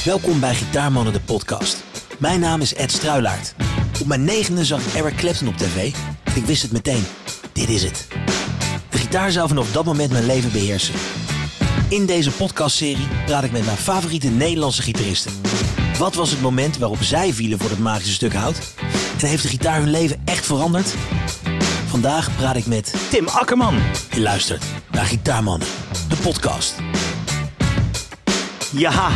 Welkom bij Gitaarmannen, de podcast. Mijn naam is Ed Struilaert. Op mijn 9e zag ik Eric Clapton op tv en ik wist het meteen. Dit is het. De gitaar zou vanaf dat moment mijn leven beheersen. In deze podcastserie praat ik met mijn favoriete Nederlandse gitaristen. Wat was het moment waarop zij vielen voor het magische stuk hout? En heeft de gitaar hun leven echt veranderd? Vandaag praat ik met Tim Akkerman. Je luistert naar Gitaarmannen, de podcast. Ja,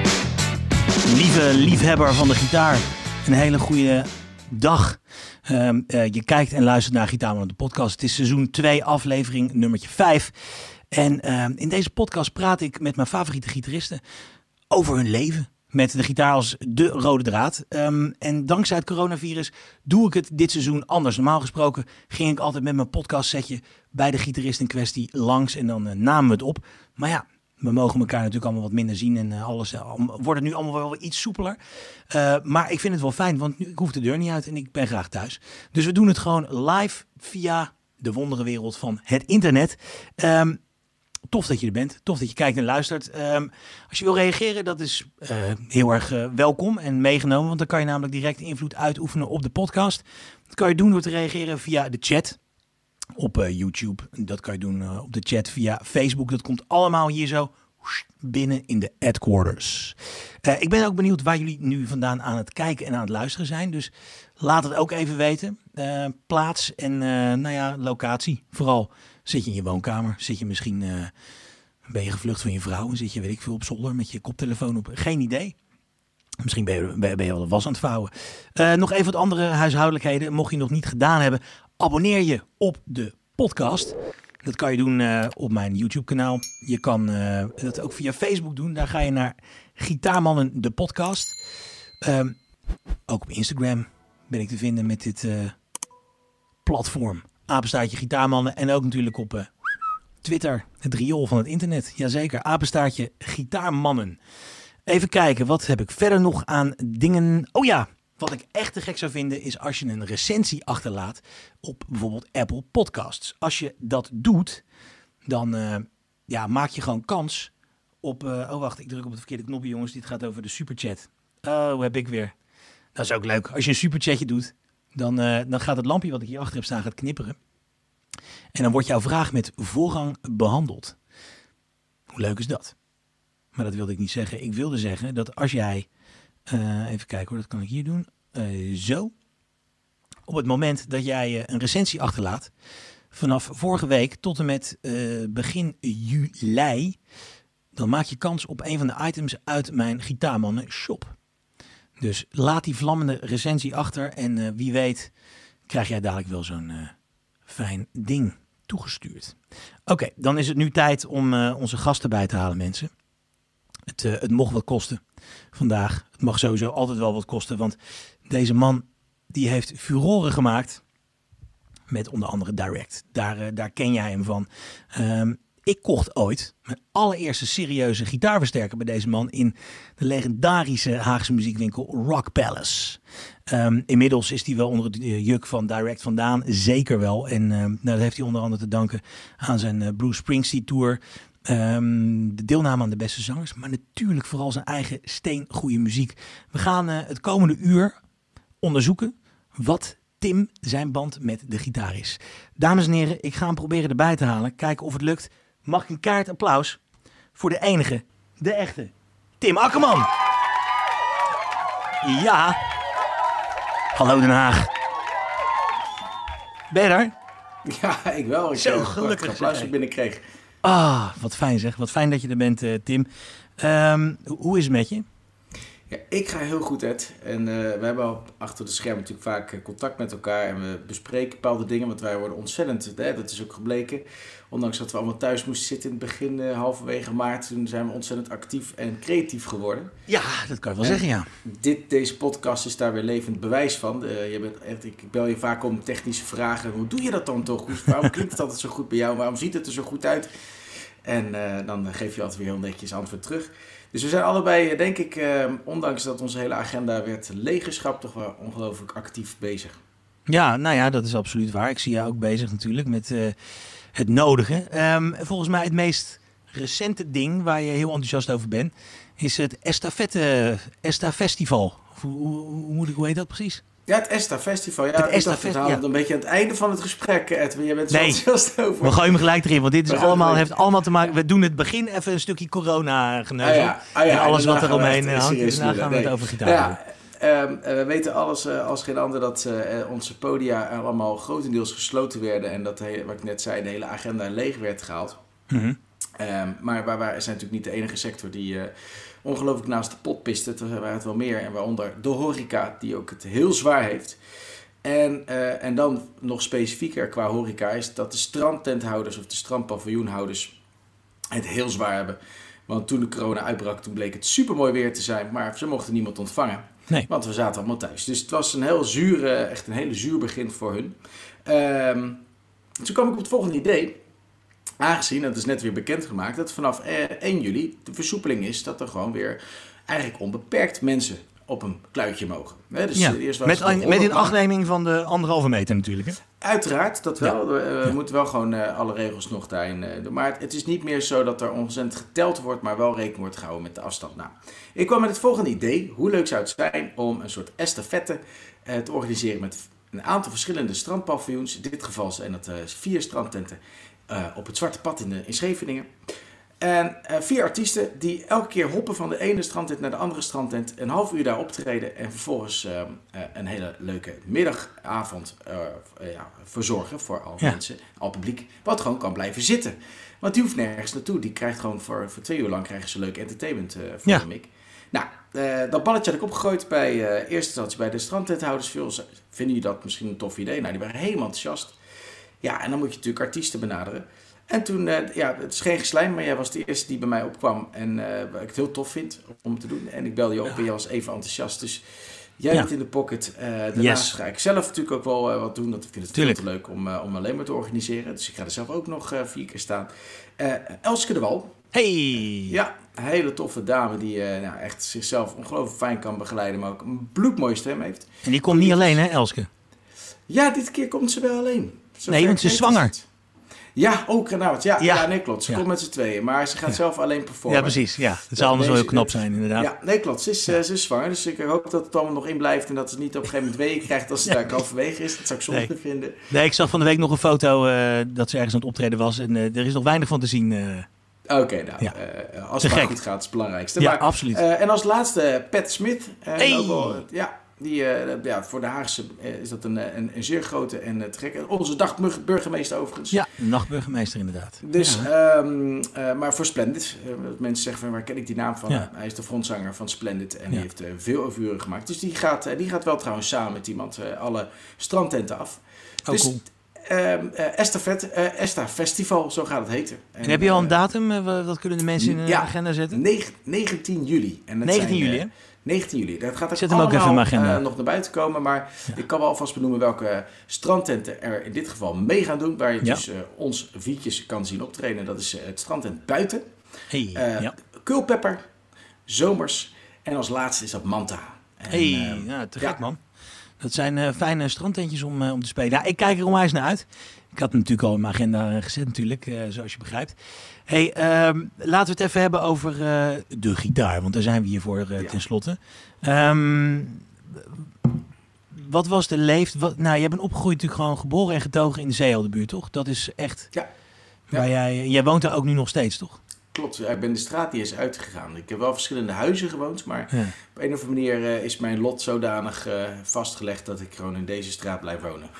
lieve liefhebber van de gitaar, een hele goede dag. Je kijkt en luistert naar Gitaarmannen, de podcast. Het is seizoen 2, aflevering nummertje 5. En in deze podcast praat ik met mijn favoriete gitaristen over hun leven. Met de gitaar als de rode draad. En dankzij het coronavirus doe ik het dit seizoen anders. Normaal gesproken ging ik altijd met mijn podcastsetje bij de gitarist in kwestie langs. En dan namen we het op. Maar ja, we mogen elkaar natuurlijk allemaal wat minder zien. En alles wordt het nu allemaal wel iets soepeler. Maar ik vind het wel fijn, want nu, ik hoef de deur niet uit en ik ben graag thuis. Dus we doen het gewoon live via de wonderenwereld van het internet. Tof dat je er bent. Tof dat je kijkt en luistert. Als je wil reageren, dat is heel erg welkom en meegenomen. Want dan kan je namelijk direct invloed uitoefenen op de podcast. Dat kan je doen door te reageren via de chat op YouTube. Dat kan je doen op de chat via Facebook. Dat komt allemaal hier zo binnen in de headquarters. Ik ben ook benieuwd waar jullie nu vandaan aan het kijken en aan het luisteren zijn. Dus laat het ook even weten. Plaats en locatie. Vooral zit je in je woonkamer. Zit je misschien, ben je gevlucht van je vrouw. En zit je, weet ik veel, op zolder met je koptelefoon op. Geen idee. Misschien ben je wel de was aan het vouwen. Nog even wat andere huishoudelijkheden. Mocht je nog niet gedaan hebben, abonneer je op de podcast. Dat kan je doen op mijn YouTube kanaal. Je kan dat ook via Facebook doen. Daar ga je naar Gitaarmannen, de podcast. Ook op Instagram ben ik te vinden met dit platform. Apenstaartje Gitaarmannen. En ook natuurlijk op Twitter, het riool van het internet. Jazeker, apenstaartje Gitaarmannen. Even kijken, wat heb ik verder nog aan dingen? Oh ja, wat ik echt te gek zou vinden is als je een recensie achterlaat op bijvoorbeeld Apple Podcasts. Als je dat doet, dan maak je gewoon kans op... wacht, ik druk op het verkeerde knopje, jongens. Dit gaat over de superchat. Oh, heb ik weer. Dat is ook leuk. Als je een superchatje doet, dan gaat het lampje wat ik hier achter heb staan gaat knipperen. En dan wordt jouw vraag met voorrang behandeld. Hoe leuk is dat? Maar dat wilde ik niet zeggen. Ik wilde zeggen dat als jij... even kijken hoor, dat kan ik hier doen. Zo. Op het moment dat jij een recensie achterlaat, vanaf vorige week tot en met begin juli, dan maak je kans op een van de items uit mijn Gitaarmannen shop. Dus laat die vlammende recensie achter en wie weet krijg jij dadelijk wel zo'n fijn ding toegestuurd. Oké, dan is het nu tijd om onze gasten bij te halen, mensen. Het mocht wat kosten vandaag. Het mag sowieso altijd wel wat kosten, want deze man die heeft furoren gemaakt met onder andere Direct. Daar ken jij hem van. Ik kocht ooit mijn allereerste serieuze gitaarversterker bij deze man in de legendarische Haagse muziekwinkel Rock Palace. Inmiddels is hij wel onder het juk van Direct vandaan, zeker wel. En dat heeft hij onder andere te danken aan zijn Bruce Springsteen tour. De deelname aan de beste zangers, maar natuurlijk vooral zijn eigen steengoede muziek. We gaan het komende uur onderzoeken wat Tim zijn band met de gitaar is. Dames en heren, ik ga hem proberen erbij te halen. Kijken of het lukt. Mag ik een kaart applaus voor de enige, de echte, Tim Akkerman. Ja. Hallo Den Haag. Ben je daar? Ja, ik wel. Ik zo gelukkig applaus ik binnenkreeg. Ah, wat fijn zeg. Wat fijn dat je er bent, Tim. Hoe is het met je? Ja, ik ga heel goed, Ed. En we hebben al achter de schermen natuurlijk vaak contact met elkaar. En we bespreken bepaalde dingen, want wij worden ontzettend... dat is ook gebleken. Ondanks dat we allemaal thuis moesten zitten in het begin, halverwege maart. Toen zijn we ontzettend actief en creatief geworden. Ja, dat kan je wel zeggen, ja. Deze podcast is daar weer levend bewijs van. Ik bel je vaak om technische vragen. Hoe doe je dat dan toch? Waarom klinkt het altijd zo goed bij jou? Waarom ziet het er zo goed uit? En dan geef je altijd weer heel netjes antwoord terug. Dus we zijn allebei, denk ik, ondanks dat onze hele agenda werd leeggeschrapt, toch wel ongelooflijk actief bezig. Ja, nou ja, dat is absoluut waar. Ik zie jou ook bezig natuurlijk met het nodige. Volgens mij het meest recente ding waar je heel enthousiast over bent, is het Esta Festival. Hoe heet dat precies? Ja, het ESTA Festival. Ja, het ESTA Festival. Een beetje aan het einde van het gesprek, Edwin. Je bent zo enthousiast over. We gooien hem gelijk erin, want dit is heeft allemaal te maken. We doen het begin even een stukje corona-geneuzel. En alles wat er omheen hangt. Dus daarna gaan we het over gitaar doen. We weten alles als geen ander dat onze podia allemaal grotendeels gesloten werden. En dat, wat ik net zei, de hele agenda leeg werd gehaald. Mm-hmm. Maar wij zijn natuurlijk niet de enige sector die ongelooflijk naast de pot pist. Er waren het wel meer. En waaronder de horeca, die ook het heel zwaar heeft. En dan nog specifieker qua horeca is dat de strandtenthouders of de strandpaviljoenhouders het heel zwaar hebben. Want toen de corona uitbrak, toen bleek het supermooi weer te zijn. Maar ze mochten niemand ontvangen. Nee. Want we zaten allemaal thuis. Dus het was echt een hele zuur begin voor hun. Toen kwam ik op het volgende idee. Aangezien, dat is net weer bekendgemaakt, dat vanaf 1 juli de versoepeling is dat er gewoon weer eigenlijk onbeperkt mensen op een kluitje mogen. Dus eerst was met in achtneming van de 1,5 meter natuurlijk. Hè? Uiteraard, dat wel. We moeten wel gewoon alle regels nog daarin doen. Maar het is niet meer zo dat er ongezend geteld wordt, maar wel rekening wordt gehouden met de afstand. Nou, ik kwam met het volgende idee. Hoe leuk zou het zijn om een soort estafette te organiseren met een aantal verschillende strandpaviljoens. In dit geval zijn dat 4 strandtenten. Op het Zwarte Pad in Scheveningen. En 4 artiesten die elke keer hoppen van de ene strandtent naar de andere strandtent. Een half uur daar optreden en vervolgens een hele leuke middagavond verzorgen voor al mensen, al publiek. Wat gewoon kan blijven zitten. Want die hoeft nergens naartoe. Die krijgt gewoon voor 2 uur lang krijgen ze leuk entertainment voor de mik. Nou, dat balletje had ik opgegooid bij eerste instantie bij de strandtenthouders. Vinden jullie dat misschien een tof idee? Nou, die waren helemaal enthousiast. Ja, en dan moet je natuurlijk artiesten benaderen. En toen, het is geen geslijm, maar jij was de eerste die bij mij opkwam. En wat ik het heel tof vind om te doen. En ik belde je op en jij was even enthousiast. Dus jij bent in de pocket. Daarnaast ga ik zelf natuurlijk ook wel wat doen. Dat vind ik veel te leuk om alleen maar te organiseren. Dus ik ga er zelf ook nog 4 keer staan. Elske de Wal. Hey! Ja, een hele toffe dame die echt zichzelf ongelooflijk fijn kan begeleiden. Maar ook een bloedmooie stem heeft. En die komt niet alleen, hè, Elske? Ja, dit keer komt ze wel alleen. Nee, want ze is zwanger. Ja, ook nou, nee, klopt. Ze komt met z'n tweeën, maar ze gaat zelf alleen performen. Ja, precies. Ja. Dat zou anders wel heel knap zijn, inderdaad. Ja, nee, klopt. Ze is zwanger, dus ik hoop dat het allemaal nog in blijft en dat ze niet op een gegeven moment weeën krijgt als ze daar halverwege is. Dat zou ik zonde vinden. Nee, ik zag van de week nog een foto dat ze ergens aan het optreden was en er is nog weinig van te zien. Oké, als het maar goed gaat, is het belangrijkste. Ja, maar, absoluut. En als laatste Pat Smith. Die, voor de Haagse is dat een zeer grote en te gekke. Onze dagburgemeester overigens. Ja, nachtburgemeester inderdaad. Dus, maar voor Splendid. Mensen zeggen van, waar ken ik die naam van? Ja. Hij is de frontzanger van Splendid en die heeft veel overuren gemaakt. Dus die gaat wel trouwens samen met iemand alle strandtenten af. Oh, dus, cool. ESTA Festival, zo gaat het heten. En heb je al een datum? Wat kunnen de mensen in de agenda zetten? 19 juli. En 19 juli, hè? 19 juli. Dat gaat zet hem ook even in mijn agenda. Nog naar buiten komen. Maar ik kan wel alvast benoemen welke strandtenten er in dit geval mee gaan doen. Waar je dus ons vietjes kan zien optreden. Dat is het strandtent Buiten. Kulpepper. Zomers. En als laatste is dat Manta. En, te gek man. Dat zijn fijne strandtentjes om te spelen. Ja, ik kijk er onwijs naar uit. Ik had hem natuurlijk al in mijn agenda gezet natuurlijk, zoals je begrijpt. Hey, laten we het even hebben over de gitaar, want daar zijn we hier voor tenslotte. Wat was de leeftijd? Jij bent opgegroeid natuurlijk gewoon geboren en getogen in de Zeeheldenbuurt, toch? Dat is echt waar jij woont daar ook nu nog steeds, toch? Klopt, ik ben de straat niet eens uitgegaan. Ik heb wel verschillende huizen gewoond, maar op een of andere manier is mijn lot zodanig vastgelegd dat ik gewoon in deze straat blijf wonen.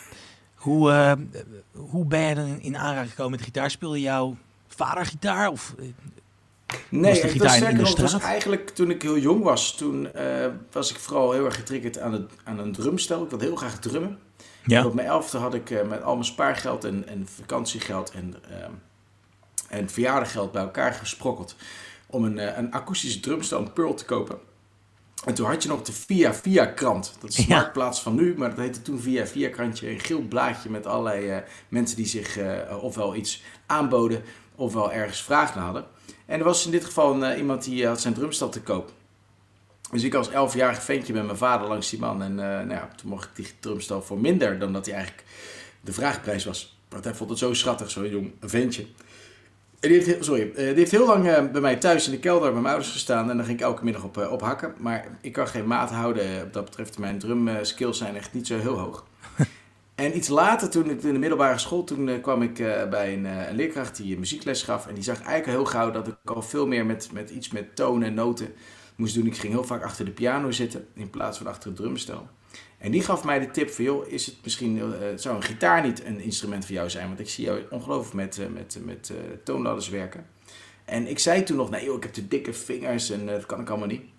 Hoe ben je dan in aanraking gekomen met de gitaar? Speelde jouw vader gitaar? Of nee, was de gitaar in de straat? Was eigenlijk toen ik heel jong was. Toen was ik vooral heel erg getriggerd aan een drumstel. Ik wilde heel graag drummen. Ja. Op mijn 11e had ik met al mijn spaargeld en vakantiegeld en verjaardaggeld bij elkaar gesprokkeld om een akoestische drumstel, een Pearl, te kopen. En toen had je nog de Via krant. Dat is de marktplaats van nu, maar dat heette toen Via krantje. Een geel blaadje met allerlei mensen die zich ofwel iets aanboden ofwel ergens vraag naar hadden. En er was in dit geval iemand die had zijn drumstel te koop. Dus ik als 11-jarig ventje met mijn vader langs die man. En toen mocht ik die drumstel voor minder dan dat hij eigenlijk de vraagprijs was. Want hij vond het zo schattig, zo'n jong ventje. Die heeft heel lang bij mij thuis in de kelder bij mijn ouders gestaan. En dan ging ik elke middag op hakken. Maar ik kan geen maat houden. Wat dat betreft, mijn drum skills zijn echt niet zo heel hoog. En iets later, toen ik in de middelbare school, toen kwam ik bij een leerkracht die muziekles gaf. En die zag eigenlijk heel gauw dat ik al veel meer met iets met tonen en noten moest doen. Ik ging heel vaak achter de piano zitten in plaats van achter het drumstel. En die gaf mij de tip van, joh, is het misschien, zou een gitaar niet een instrument voor jou zijn? Want ik zie jou ongelooflijk met toonladders werken. En ik zei toen nog, nee joh, ik heb te dikke vingers en dat kan ik allemaal niet.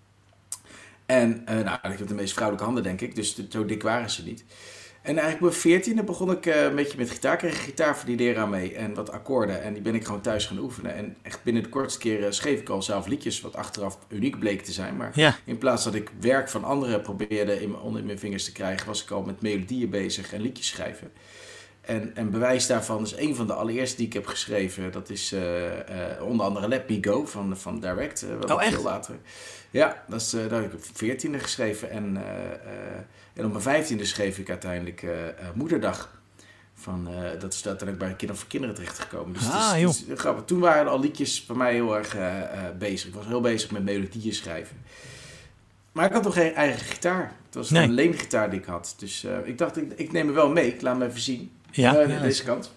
En ik heb de meest vrouwelijke handen, denk ik, dus zo dik waren ze niet. En eigenlijk op mijn 14e begon ik een beetje met gitaar. Ik kreeg een gitaar voor die leraar mee en wat akkoorden. En die ben ik gewoon thuis gaan oefenen. En echt binnen de kortste keren schreef ik al zelf liedjes, wat achteraf uniek bleek te zijn. Maar in plaats dat ik werk van anderen probeerde onder mijn vingers te krijgen, was ik al met melodieën bezig en liedjes schrijven. En bewijs daarvan is een van de allereerste die ik heb geschreven. Dat is onder andere Let Me Go van Direct. Echt? Veel later. Ja, dat heb ik op 14e geschreven. En op mijn 15e schreef ik uiteindelijk Moederdag. Dat is uiteindelijk bij Kinder voor Kinderen terechtgekomen. Dus het is grappig. Toen waren al liedjes bij mij heel erg bezig. Ik was heel bezig met melodieën schrijven. Maar ik had nog geen eigen gitaar. Het was een leengitaar die ik had. Dus ik dacht, ik neem hem wel mee. Ik laat hem even zien. Deze kant.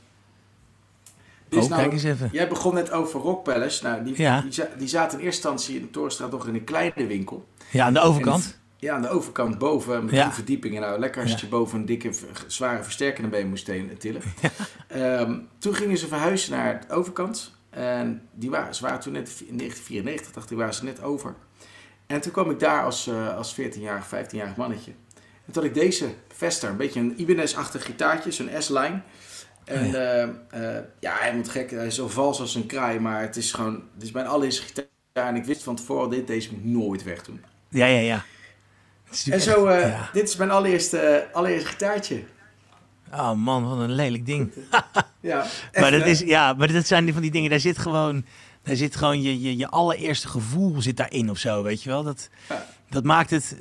Dus kijk eens even. Jij begon net over Rock Palace. Nou, die zaten in eerste instantie in de Torenstraat nog in een kleine winkel. Ja, aan de overkant. Aan de overkant boven, met 3 verdiepingen. Nou, lekker als je boven een dikke, zware versterker naar beneden moest tillen. Ja. Toen gingen ze verhuizen naar de overkant. En ze waren toen net in 1994, dacht ik, waren ze net over. En toen kwam ik daar als 14-jarig, 15-jarig mannetje. En toen had ik deze Vester, een beetje een Ibanez-achtig gitaartje, zo'n S-line. En hij moet gek, hij is zo vals als een kraai, maar het is mijn allereerste gitaar. En ik wist van tevoren, deze moet ik nooit wegdoen. Ja. En zo, dit is mijn allereerste gitaartje. Oh man, wat een lelijk ding. Ja, maar dat zijn van die dingen, daar zit gewoon je allereerste gevoel zit daarin of zo, weet je wel. Dat maakt het,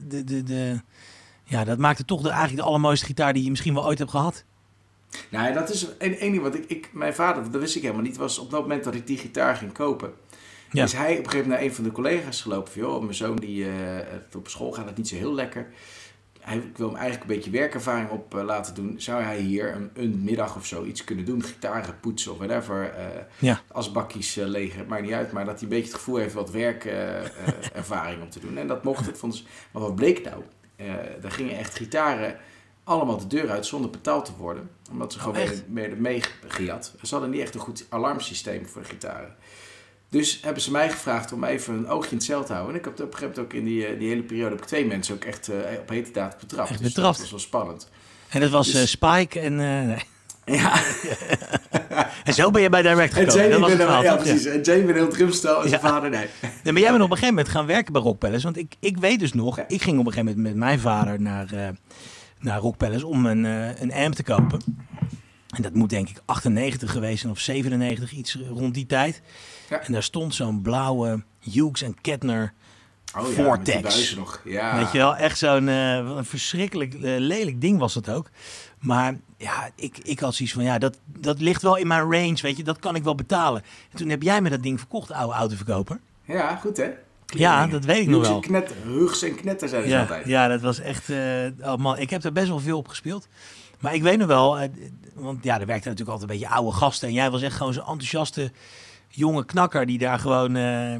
dat maakt het toch eigenlijk de allermooiste gitaar die je misschien wel ooit hebt gehad. Nou, dat is één ding wat mijn vader, dat wist ik helemaal niet, was op dat moment dat ik die gitaar ging kopen. Ja. Is hij op een gegeven moment naar een van de collega's gelopen van, joh, mijn zoon die op school gaat het niet zo heel lekker. Ik wil hem eigenlijk een beetje werkervaring op laten doen. Zou hij hier een middag of zo iets kunnen doen? Gitaren poetsen of whatever. Asbakjes legen, maakt niet uit. Maar dat hij een beetje het gevoel heeft wat werkervaring om te doen. En dat mocht het. Maar wat bleek nou? Daar gingen echt gitaren allemaal de deur uit zonder betaald te worden. Omdat ze gewoon meegejat. Ze hadden niet echt een goed alarmsysteem voor de gitaren. Dus hebben ze mij gevraagd om even een oogje in het zeil te houden. En ik heb op een gegeven moment ook in die hele periode heb ik 2 mensen ook echt op hete daad betrapt. Echt dus betrapt. Dat was wel spannend. En dat was Spike en... Nee. Ja. En zo ben je bij Direct gekomen. Precies. En Jane ben heel drumstel en zijn vader, nee. Maar jij bent op een gegeven moment gaan werken bij Rock Palace. Want ik weet dus nog, ik ging op een gegeven moment met mijn vader naar Rock Palace om een amp te kopen. En dat moet denk ik 98 geweest zijn of 97, iets rond die tijd. Ja. En daar stond zo'n blauwe Hughes en Kettner Vortex. Met die buizen nog. Ja. Weet je wel, echt zo'n een verschrikkelijk lelijk ding was dat ook. Maar ja, ik had zoiets van, dat ligt wel in mijn range, weet je, dat kan ik wel betalen. En toen heb jij me dat ding verkocht, oude autoverkoper. Ja, goed hè? Ja, dat weet ik nog wel. Hugs en knetter zijn ze altijd. Ja, dat was echt... man, ik heb er best wel veel op gespeeld. Maar ik weet nog wel, want er werkte natuurlijk altijd een beetje oude gasten. En jij was echt gewoon zo'n enthousiaste jonge knakker die daar gewoon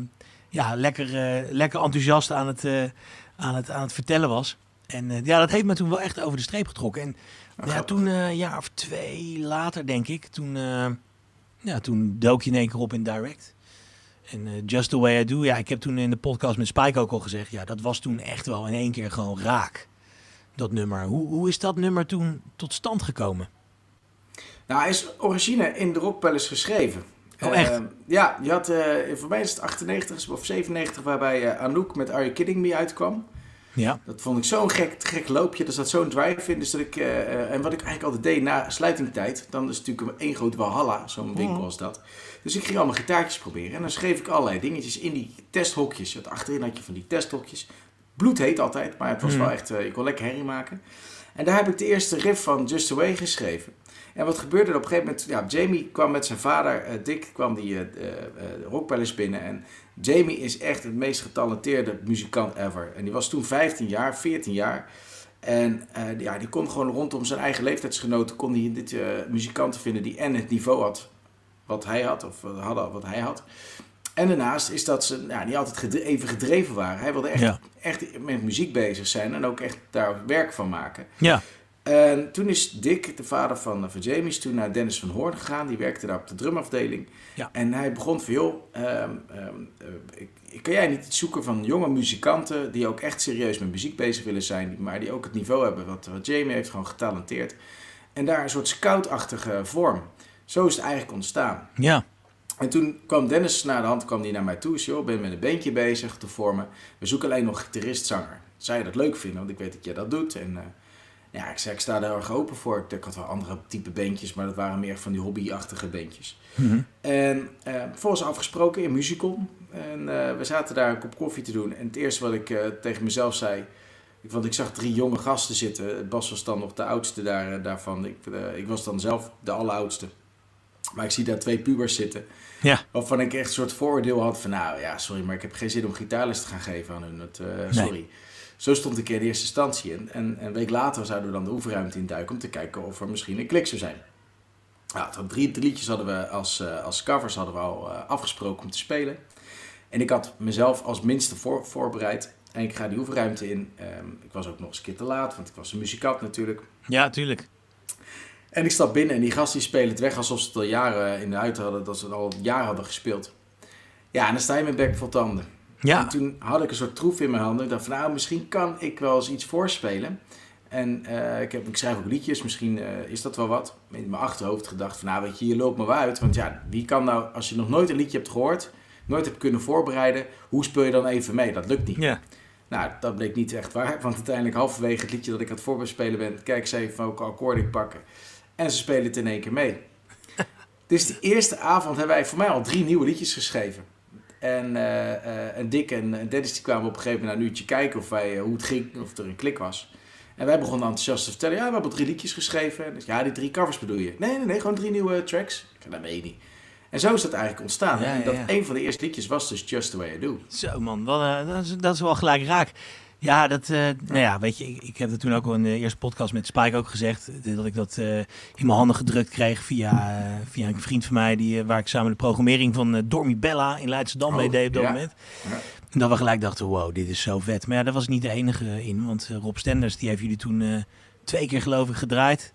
lekker enthousiast aan het vertellen was. En dat heeft me toen wel echt over de streep getrokken. En toen, een jaar of 2 later denk ik, toen dook je in één keer op in Direct. En Just The Way I Do, ik heb toen in de podcast met Spike ook al gezegd, dat was toen echt wel in één keer gewoon raak. Dat nummer. Hoe is dat nummer toen tot stand gekomen? Nou, hij is origine in de Rock Palace geschreven. Oh, echt? Ja, je had, voor mij is het 98 of 97, waarbij Anouk met Are You Kidding Me uitkwam. Ja. Dat vond ik zo'n gek loopje. Er zat zo'n drive in. Dus dat en wat ik eigenlijk altijd deed na sluitingstijd, dan is het natuurlijk één groot Walhalla, zo'n winkel als dat. Dus ik ging allemaal gitaartjes proberen. En dan schreef ik allerlei dingetjes in die testhokjes. Achterin had je van die testhokjes. Bloedheet altijd, maar het was wel echt, je kon lekker herrie maken. En daar heb ik de eerste riff van Just The Way geschreven. En wat gebeurde er op een gegeven moment? Ja, Jamie kwam met zijn vader, Dick, kwam die Rock Palace binnen. En Jamie is echt het meest getalenteerde muzikant ever. En die was toen 14 jaar. En die kon gewoon rondom zijn eigen leeftijdsgenoten kon hij dit muzikanten vinden die en het niveau had wat hij had, of hadden wat hij had. En daarnaast is dat ze niet altijd even gedreven waren. Hij wilde echt met muziek bezig zijn en ook echt daar werk van maken. Ja. En toen is Dick, de vader van Jamie, toen naar Dennis van Hoorn gegaan. Die werkte daar op de drumafdeling. Ja. En hij begon van, joh, kan jij niet iets zoeken van jonge muzikanten die ook echt serieus met muziek bezig willen zijn, maar die ook het niveau hebben wat Jamie heeft, gewoon getalenteerd. En daar een soort scoutachtige vorm. Zo is het eigenlijk ontstaan. Ja. En toen kwam Dennis naar de hand, kwam die naar mij toe. Zei, joh, ben met een bandje bezig te vormen. We zoeken alleen nog gitarist-zanger. Zou je dat leuk vinden? Want ik weet dat jij dat doet. En ik zei, ik sta daar erg open voor. Ik had wel andere type bandjes, maar dat waren meer van die hobbyachtige bandjes. Mm-hmm. En volgens afgesproken in Musicon. En we zaten daar een kop koffie te doen. En het eerste wat ik tegen mezelf zei, want ik zag 3 jonge gasten zitten. Bas was dan nog de oudste daarvan. Ik was dan zelf de alleroudste. Maar ik zie daar 2 pubers zitten. Ja. Waarvan ik echt een soort vooroordeel had van, sorry, maar ik heb geen zin om gitaarles te gaan geven aan hun. Sorry. Nee. Zo stond ik in eerste instantie in. En een week later zouden we dan de oefenruimte induiken om te kijken of er misschien een klik zou zijn. Nou, 3 liedjes hadden we als covers hadden we al afgesproken om te spelen. En ik had mezelf als minste voorbereid. En ik ga die oefenruimte in. Ik was ook nog eens een keer te laat, want ik was een muzikant natuurlijk. Ja, tuurlijk. En ik stap binnen en die gasten die spelen het weg alsof ze het al jaren in de uit hadden, dat ze het al jaren hadden gespeeld. Ja, en dan sta je met bek vol tanden. Ja. En toen had ik een soort troef in mijn handen. Ik dacht van, misschien kan ik wel eens iets voorspelen. En ik schrijf ook liedjes, misschien is dat wel wat. In mijn achterhoofd gedacht van, weet je, je loopt me wel uit. Want ja, wie kan nou, als je nog nooit een liedje hebt gehoord, nooit hebt kunnen voorbereiden, hoe speel je dan even mee? Dat lukt niet. Ja. Nou, dat bleek niet echt waar. Want uiteindelijk halverwege het liedje dat ik aan het voorbespelen ben, kijk ze even welke akkoorden ik pakken. En ze spelen het in één keer mee. Dus de eerste avond hebben wij voor mij al 3 nieuwe liedjes geschreven. En Dick en Dennis die kwamen op een gegeven moment naar een uurtje kijken hoe het ging, of er een klik was. En wij begonnen enthousiast te vertellen, we hebben 3 liedjes geschreven. Dus, die 3 covers bedoel je? Nee, gewoon 3 nieuwe tracks. Ik zei, dat weet je niet. En zo is dat eigenlijk ontstaan. Ja, en een van de eerste liedjes was dus Just The Way I Do. Zo man, dat is wel gelijk raak. Ja, weet je, ik heb het toen ook al in de eerste podcast met Spike ook gezegd, dat ik dat in mijn handen gedrukt kreeg via een vriend van mij, waar ik samen de programmering van Dormi Bella in Leidschendam mee deed op dat moment. Ja. En dat we gelijk dachten, wow, dit is zo vet. Maar ja, daar was ik niet de enige in, want Rob Stenders, die heeft jullie toen 2 keer geloof ik gedraaid.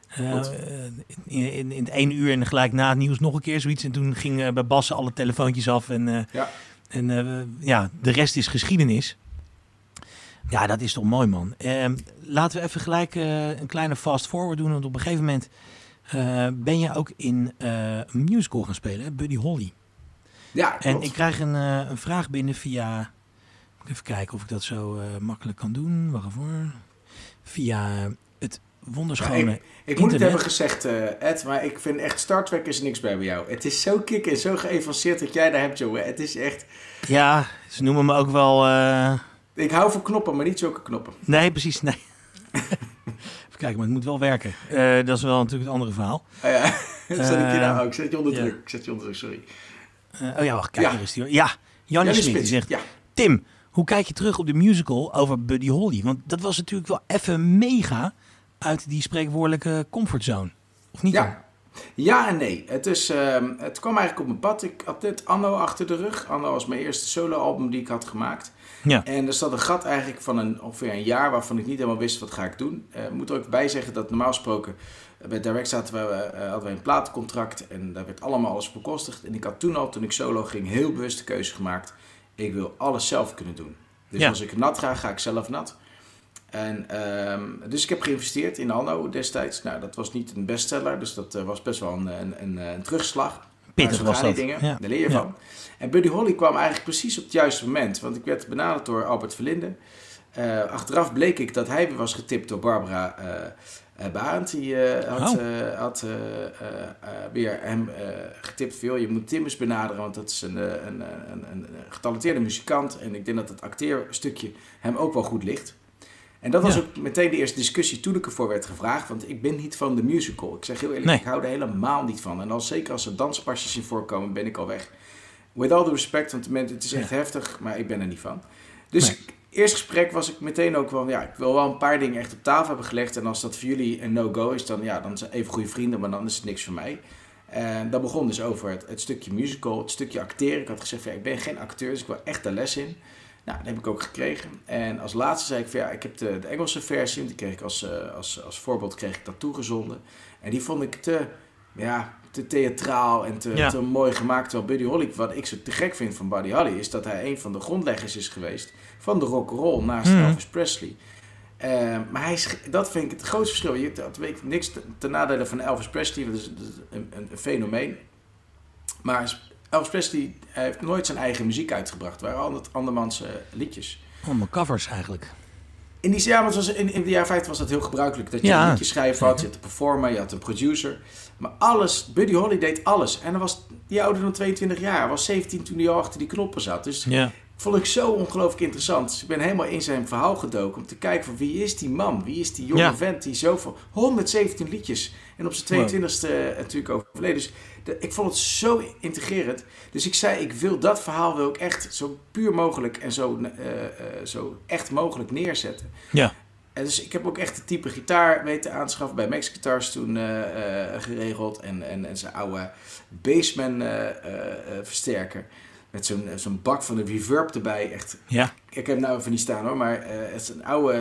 In het 1 uur en gelijk na het nieuws nog een keer zoiets. En toen ging bij Bassen alle telefoontjes af en de rest is geschiedenis. Ja, dat is toch mooi, man. Laten we even gelijk een kleine fast forward doen. Want op een gegeven moment ben je ook in een musical gaan spelen, hè? Buddy Holly. Ja, klopt. En ik krijg een vraag binnen via... Even kijken of ik dat zo makkelijk kan doen. Wacht even. Via het wonderschone ik moet het hebben gezegd, Ed, maar ik vind echt Star Trek is niks bij jou. Het is zo kick en zo geavanceerd dat jij daar hebt, jongen. Het is echt... Ja, ze noemen me ook wel... Ik hou van knoppen, maar niet zulke knoppen. Nee, precies. Nee. Even kijken, maar het moet wel werken. Dat is wel natuurlijk het andere verhaal. Ik zet je onder druk. Ik zet je onder druk, sorry. Wacht, kijk, hier is die hoor. Ja, Jannie Smit die zegt... Ja. Tim, hoe kijk je terug op de musical over Buddy Holly? Want dat was natuurlijk wel even mega uit die spreekwoordelijke comfortzone. Of niet? Ja en nee. Het kwam eigenlijk op mijn pad. Ik had net Anno achter de rug. Anno was mijn eerste soloalbum die ik had gemaakt. Ja. En er zat een gat eigenlijk van ongeveer een jaar waarvan ik niet helemaal wist wat ga ik doen. Ik moet er ook bij zeggen dat normaal gesproken bij Direct hadden we een platencontract en daar werd allemaal alles bekostigd. En ik had toen ik solo ging, heel bewust de keuze gemaakt. Ik wil alles zelf kunnen doen. Dus als ik nat ga ik zelf nat. En, dus ik heb geïnvesteerd in Anno destijds. Nou, dat was niet een bestseller, dus dat was best wel een terugslag. Pittig was dat. Dingen, daar leer je van. En Buddy Holly kwam eigenlijk precies op het juiste moment. Want ik werd benaderd door Albert Verlinde. Achteraf bleek ik dat hij was getipt door Barbara Barend. Die had weer hem getipt van, je moet Timmers benaderen, want dat is een getalenteerde muzikant. En ik denk dat het acteerstukje hem ook wel goed ligt. En dat was ook meteen de eerste discussie toen ik ervoor werd gevraagd. Want ik ben niet van de musical. Ik zeg heel eerlijk, ik hou er helemaal niet van. En zeker als er danspasjes in voorkomen, ben ik al weg. With all the respect, want het is echt heftig, maar ik ben er niet van. Dus eerst gesprek was ik meteen ook wel, ik wil wel een paar dingen echt op tafel hebben gelegd. En als dat voor jullie een no-go is, dan zijn even goede vrienden, maar dan is het niks voor mij. En dat begon dus over het stukje musical, het stukje acteren. Ik had gezegd, ik ben geen acteur, dus ik wil echt de les in. Nou, dat heb ik ook gekregen. En als laatste zei ik ik heb de Engelse versie, die kreeg ik als voorbeeld kreeg ik dat toegezonden. En die vond ik te theatraal en te mooi gemaakt. Terwijl Buddy Holly, wat ik zo te gek vind van Buddy Holly, is dat hij een van de grondleggers is geweest van de rock'n'roll naast Elvis Presley. Maar dat vind ik het grootste verschil. Dat weet ik niks ten nadele van Elvis Presley, dat is een fenomeen. Maar Elvis Presley heeft nooit zijn eigen muziek uitgebracht. Het waren altijd andermans liedjes. Allemaal covers eigenlijk. In de jaren 50 was dat heel gebruikelijk. Dat je een liedje schrijven had, je had een performer, je had een producer. Maar Buddy Holly deed alles. En die ouder dan 22 jaar. Hij was 17 toen hij al achter die knoppen zat. Dus vond ik zo ongelooflijk interessant. Dus ik ben helemaal in zijn verhaal gedoken om te kijken van wie is die man? Wie is die jonge vent die zoveel... 117 liedjes. En op zijn 22e natuurlijk overleden. Dus ik vond het zo integrerend. Dus ik zei, dat verhaal wil ik echt zo puur mogelijk en zo echt mogelijk neerzetten. Ja. En dus ik heb ook echt het type gitaar weten aanschaffen bij Max Guitars toen geregeld. En zijn oude Bassman versterker. Met zo'n bak van de reverb erbij. Echt. Ja. Ik heb hem nou even niet staan hoor. Maar het is een oude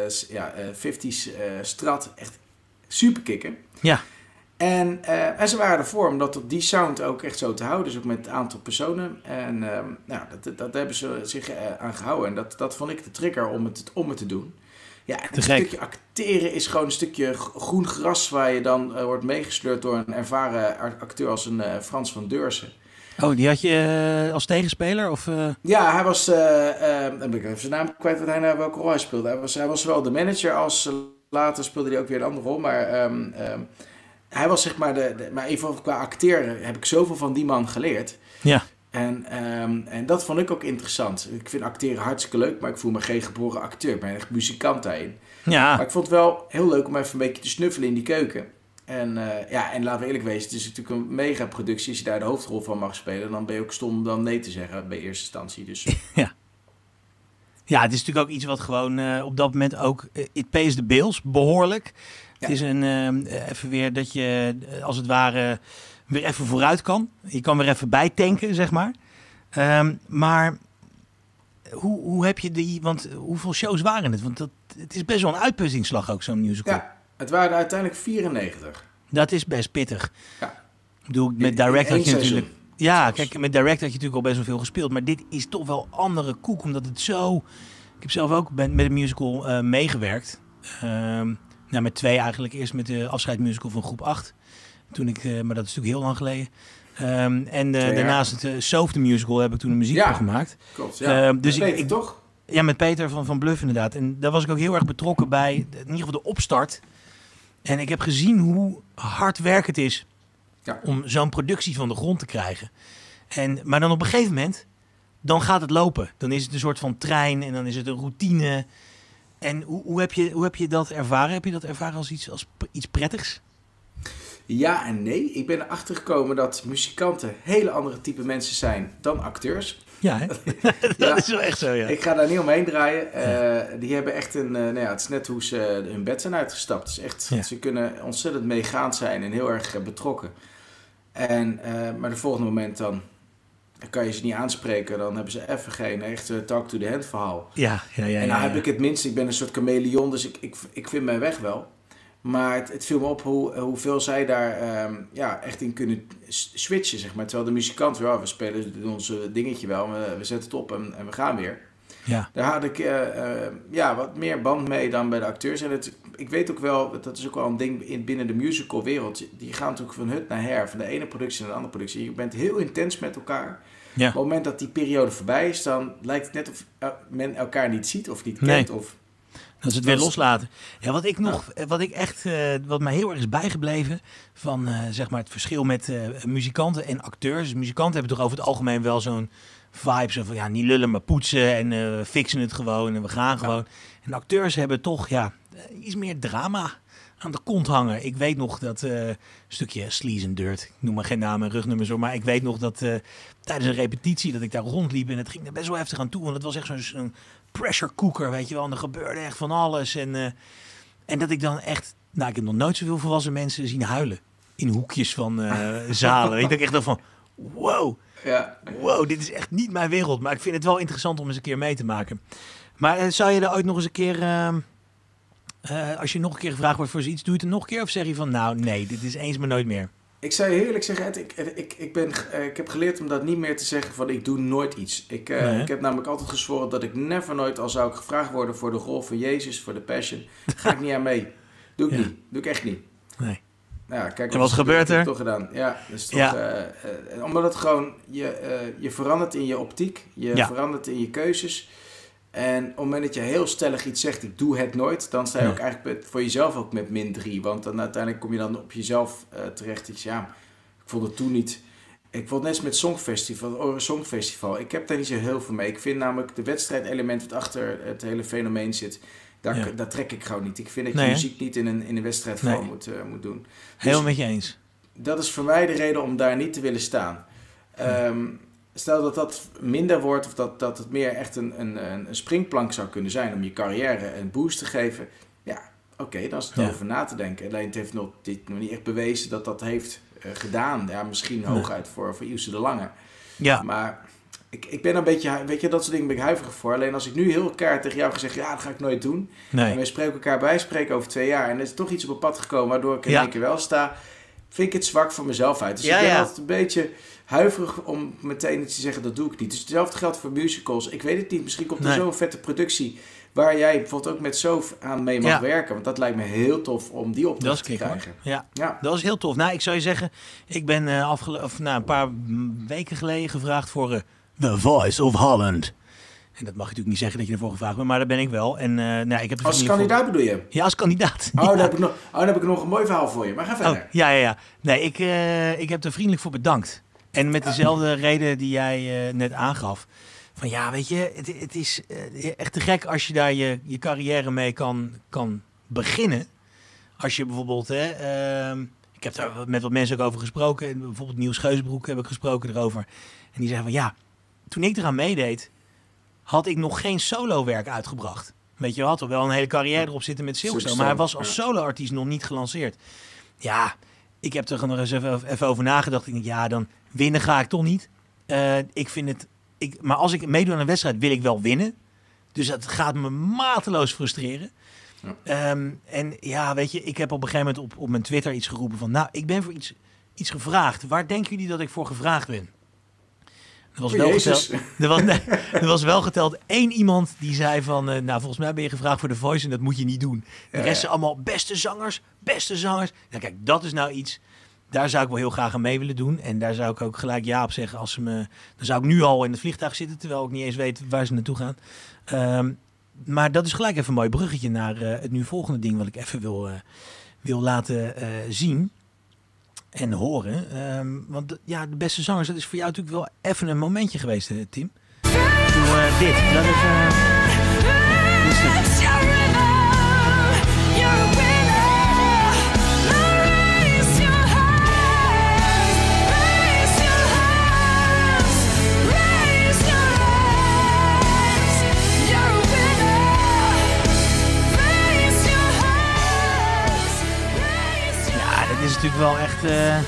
50s Strat. Echt super kicken. Ja. En ze waren ervoor om die sound ook echt zo te houden. Dus ook met het aantal personen. En dat hebben ze zich aan gehouden. En dat vond ik de trigger om het te doen. Ja, een stukje acteren is gewoon een stukje groen gras waar je dan wordt meegesleurd door een ervaren acteur als een Frans van Deurzen. Oh, die had je als tegenspeler? Of, Ja, hij was... ik ben even zijn naam kwijt wat hij nou welke rol hij speelde. Hij was wel de manager als... later speelde hij ook weer een andere rol. Maar hij was zeg maar maar even qua acteren heb ik zoveel van die man geleerd. Ja. En dat vond ik ook interessant. Ik vind acteren hartstikke leuk, maar ik voel me geen geboren acteur. Ik ben echt muzikant daarin. Ja. Maar ik vond het wel heel leuk om even een beetje te snuffelen in die keuken. En laten we eerlijk wezen, het is natuurlijk een mega productie. Als je daar de hoofdrol van mag spelen, dan ben je ook stom om dan nee te zeggen bij eerste instantie. Dus. Ja, het is natuurlijk ook iets wat gewoon op dat moment ook... it pays the bills, behoorlijk. Ja. Het is even weer dat je als het ware weer even vooruit kan. Je kan weer even bijtanken, zeg maar. Maar hoe heb je want hoeveel shows waren het? Want het is best wel een uitputtingsslag ook, zo'n musical. Ja, het waren er uiteindelijk 94. Dat is best pittig. Ja. Ik bedoel, met Direct had je natuurlijk... Ja, kijk, met Direct had je natuurlijk al best wel veel gespeeld. Maar dit is toch wel andere koek, omdat het zo... Ik heb zelf ook met een musical meegewerkt. Met 2 eigenlijk. Eerst met de afscheidsmusical van groep 8. Toen maar dat is natuurlijk heel lang geleden. Daarnaast het Soof the Musical heb ik toen een muziek voor gemaakt. Klopt, ja. Dus Peter, toch? Ja, met Peter van Bluff inderdaad. En daar was ik ook heel erg betrokken bij, in ieder geval de opstart. En ik heb gezien hoe hard werk het is om zo'n productie van de grond te krijgen. Maar dan op een gegeven moment, dan gaat het lopen. Dan is het een soort van trein en dan is het een routine. En hoe heb je dat ervaren? Heb je dat ervaren als iets prettigs? Ja en nee. Ik ben erachter gekomen dat muzikanten hele andere type mensen zijn dan acteurs. Ja, hè? Dat is wel echt zo, ja. Ik ga daar niet omheen draaien. Die hebben echt het is net hoe ze hun bed zijn uitgestapt. Het is echt, ze kunnen ontzettend meegaand zijn en heel erg betrokken. Maar de volgende moment dan kan je ze niet aanspreken. Dan hebben ze even geen echt talk to the hand verhaal. Ja. En dan heb ik het minst. Ik ben een soort chameleon, dus ik vind mijn weg wel. Maar het viel me op hoeveel zij daar echt in kunnen switchen, zeg maar. Terwijl de muzikant, we spelen ons dingetje wel, we zetten het op en we gaan weer. Ja. Daar had ik wat meer band mee dan bij de acteurs. En ik weet ook wel, dat is ook wel een ding binnen de musicalwereld. Die gaan natuurlijk van hut naar her, van de ene productie naar de andere productie. Je bent heel intens met elkaar. Ja. Op het moment dat die periode voorbij is, dan lijkt het net of men elkaar niet ziet of niet kent. Nee. Dat is het weer loslaten. Ja, wat mij heel erg is bijgebleven van zeg maar het verschil met muzikanten en acteurs. Dus muzikanten hebben toch over het algemeen wel zo'n vibes van ja, niet lullen, maar poetsen en fixen het gewoon en we gaan gewoon. En de acteurs hebben toch iets meer drama aan de kont hangen. Ik weet nog dat een stukje sleaze and dirt, ik noem maar geen namen en rugnummers hoor, maar ik weet nog dat tijdens een repetitie dat ik daar rondliep en het ging er best wel heftig aan toe, want het was echt zo'n pressure cooker, weet je wel, en er gebeurde echt van alles en dat ik dan echt, ik heb nog nooit zoveel volwassen mensen zien huilen in hoekjes van zalen. Ik denk echt van, wow, dit is echt niet mijn wereld, maar ik vind het wel interessant om eens een keer mee te maken. Maar zou je er ooit nog eens een keer, als je nog een keer gevraagd wordt voor zoiets, doe je het nog een keer? Of zeg je van, nou nee, dit is eens maar nooit meer? Ik zou je eerlijk zeggen, Ed, ik heb geleerd om dat niet meer te zeggen van ik doe nooit iets. Ik heb namelijk altijd gezworen dat ik never nooit, al zou ik gevraagd worden voor de rol van Jezus, voor de Passion, ga ik niet aan mee. Doe ik niet. Doe ik echt niet. Nee. Ja, kijk, en wat gebeurt er? Toch gedaan. Ja, dus toch, omdat het gewoon, je verandert in je optiek, je verandert in je keuzes. En op het moment dat je heel stellig iets zegt, ik doe het nooit, dan sta je ook eigenlijk voor jezelf ook met -3. Want dan uiteindelijk kom je dan op jezelf terecht. Ik vond het toen niet. Ik vond net als met Songfestival, het Oren Songfestival. Ik heb daar niet zo heel veel mee. Ik vind namelijk de wedstrijdelement wat achter het hele fenomeen zit, daar trek ik gewoon niet. Ik vind dat je muziek niet in een wedstrijdvorm moet doen. Dus heel met je eens. Dat is voor mij de reden om daar niet te willen staan. Stel dat dat minder wordt of dat het meer echt een springplank zou kunnen zijn om je carrière een boost te geven. Ja, oké, dan is het over na te denken. Alleen het heeft nog niet echt bewezen dat dat heeft gedaan. Ja, misschien hooguit voor Ilse de Lange. Ja. Maar ik ben een beetje, weet je, dat soort dingen ben ik huiverig voor. Alleen als ik nu heel keihard tegen jou gezegd, dat ga ik nooit doen. Nee. En wij spreken elkaar bij, spreken over 2 jaar. En er is toch iets op het pad gekomen waardoor ik in één keer wel sta. Vind ik het zwak voor mezelf uit. Dus ik ben altijd een beetje huiverig om meteen iets te zeggen, dat doe ik niet. Dus hetzelfde geldt voor musicals. Ik weet het niet, misschien komt er zo'n vette productie waar jij bijvoorbeeld ook met Sof aan mee mag werken. Want dat lijkt me heel tof om die opdracht te krijgen. Ja, dat is heel tof. Nou, ik zou je zeggen, ik ben een paar weken geleden gevraagd voor The Voice of Holland. En dat mag je natuurlijk niet zeggen dat je ervoor gevraagd bent, maar daar ben ik wel. En, ik heb als kandidaat bedoel je? Ja, als kandidaat. Dan heb ik nog een mooi verhaal voor je. Maar ga verder. Ja. Nee, ik heb er vriendelijk voor bedankt. En met dezelfde reden die jij net aangaf. Van ja, weet je, het is echt te gek als je daar je carrière mee kan beginnen. Als je bijvoorbeeld, ik heb daar met wat mensen ook over gesproken. Bijvoorbeeld Niels Geusbroek heb ik gesproken erover. En die zeggen van ja, toen ik eraan meedeed, had ik nog geen solowerk uitgebracht. Weet je, had er wel een hele carrière erop zitten met Silkstone. Maar hij was als soloartiest nog niet gelanceerd. Ja, ik heb er nog eens even over nagedacht. Ik denk, dan winnen ga ik toch niet. Ik vind het... maar als ik meedoe aan een wedstrijd, wil ik wel winnen. Dus dat gaat me mateloos frustreren. Ja. En weet je, ik heb op een gegeven moment op mijn Twitter iets geroepen van, nou, ik ben voor iets gevraagd. Waar denken jullie dat ik voor gevraagd ben? Er was wel geteld 1 iemand die zei van, volgens mij ben je gevraagd voor The Voice en dat moet je niet doen. De rest zijn allemaal beste zangers. Nou kijk, dat is nou iets, daar zou ik wel heel graag aan mee willen doen. En daar zou ik ook gelijk ja op zeggen. Dan zou ik nu al in het vliegtuig zitten, terwijl ik niet eens weet waar ze naartoe gaan. Maar dat is gelijk even een mooi bruggetje naar het nu volgende ding wat ik even wil laten zien. En horen. Want de beste zangers, dat is voor jou natuurlijk wel even een momentje geweest, Tim. Dit. Dat is... is natuurlijk wel echt...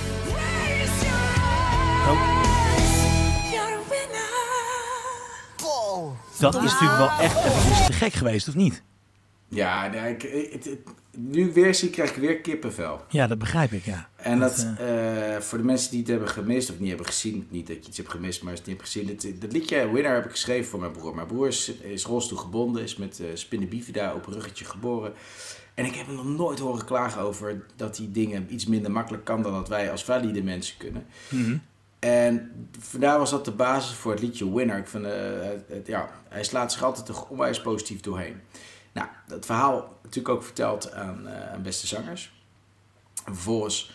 Dat is natuurlijk wel echt even te gek geweest, of niet? Ja, nu weer krijg ik weer kippenvel. Ja, dat begrijp ik, ja. En dat voor de mensen die het hebben gemist of niet hebben gezien, niet dat je iets hebt gemist, maar als je het niet hebt gezien, dat liedje Winner heb ik geschreven voor mijn broer. Mijn broer is rolstoelgebonden, is met spina bifida op een ruggetje geboren. En ik heb hem nog nooit horen klagen over dat hij dingen iets minder makkelijk kan dan dat wij als valide mensen kunnen. Mm-hmm. En vandaar was dat de basis voor het liedje Winner. Ik vind, hij slaat zich altijd er onwijs positief doorheen. Nou, dat verhaal natuurlijk ook verteld aan beste zangers. En vervolgens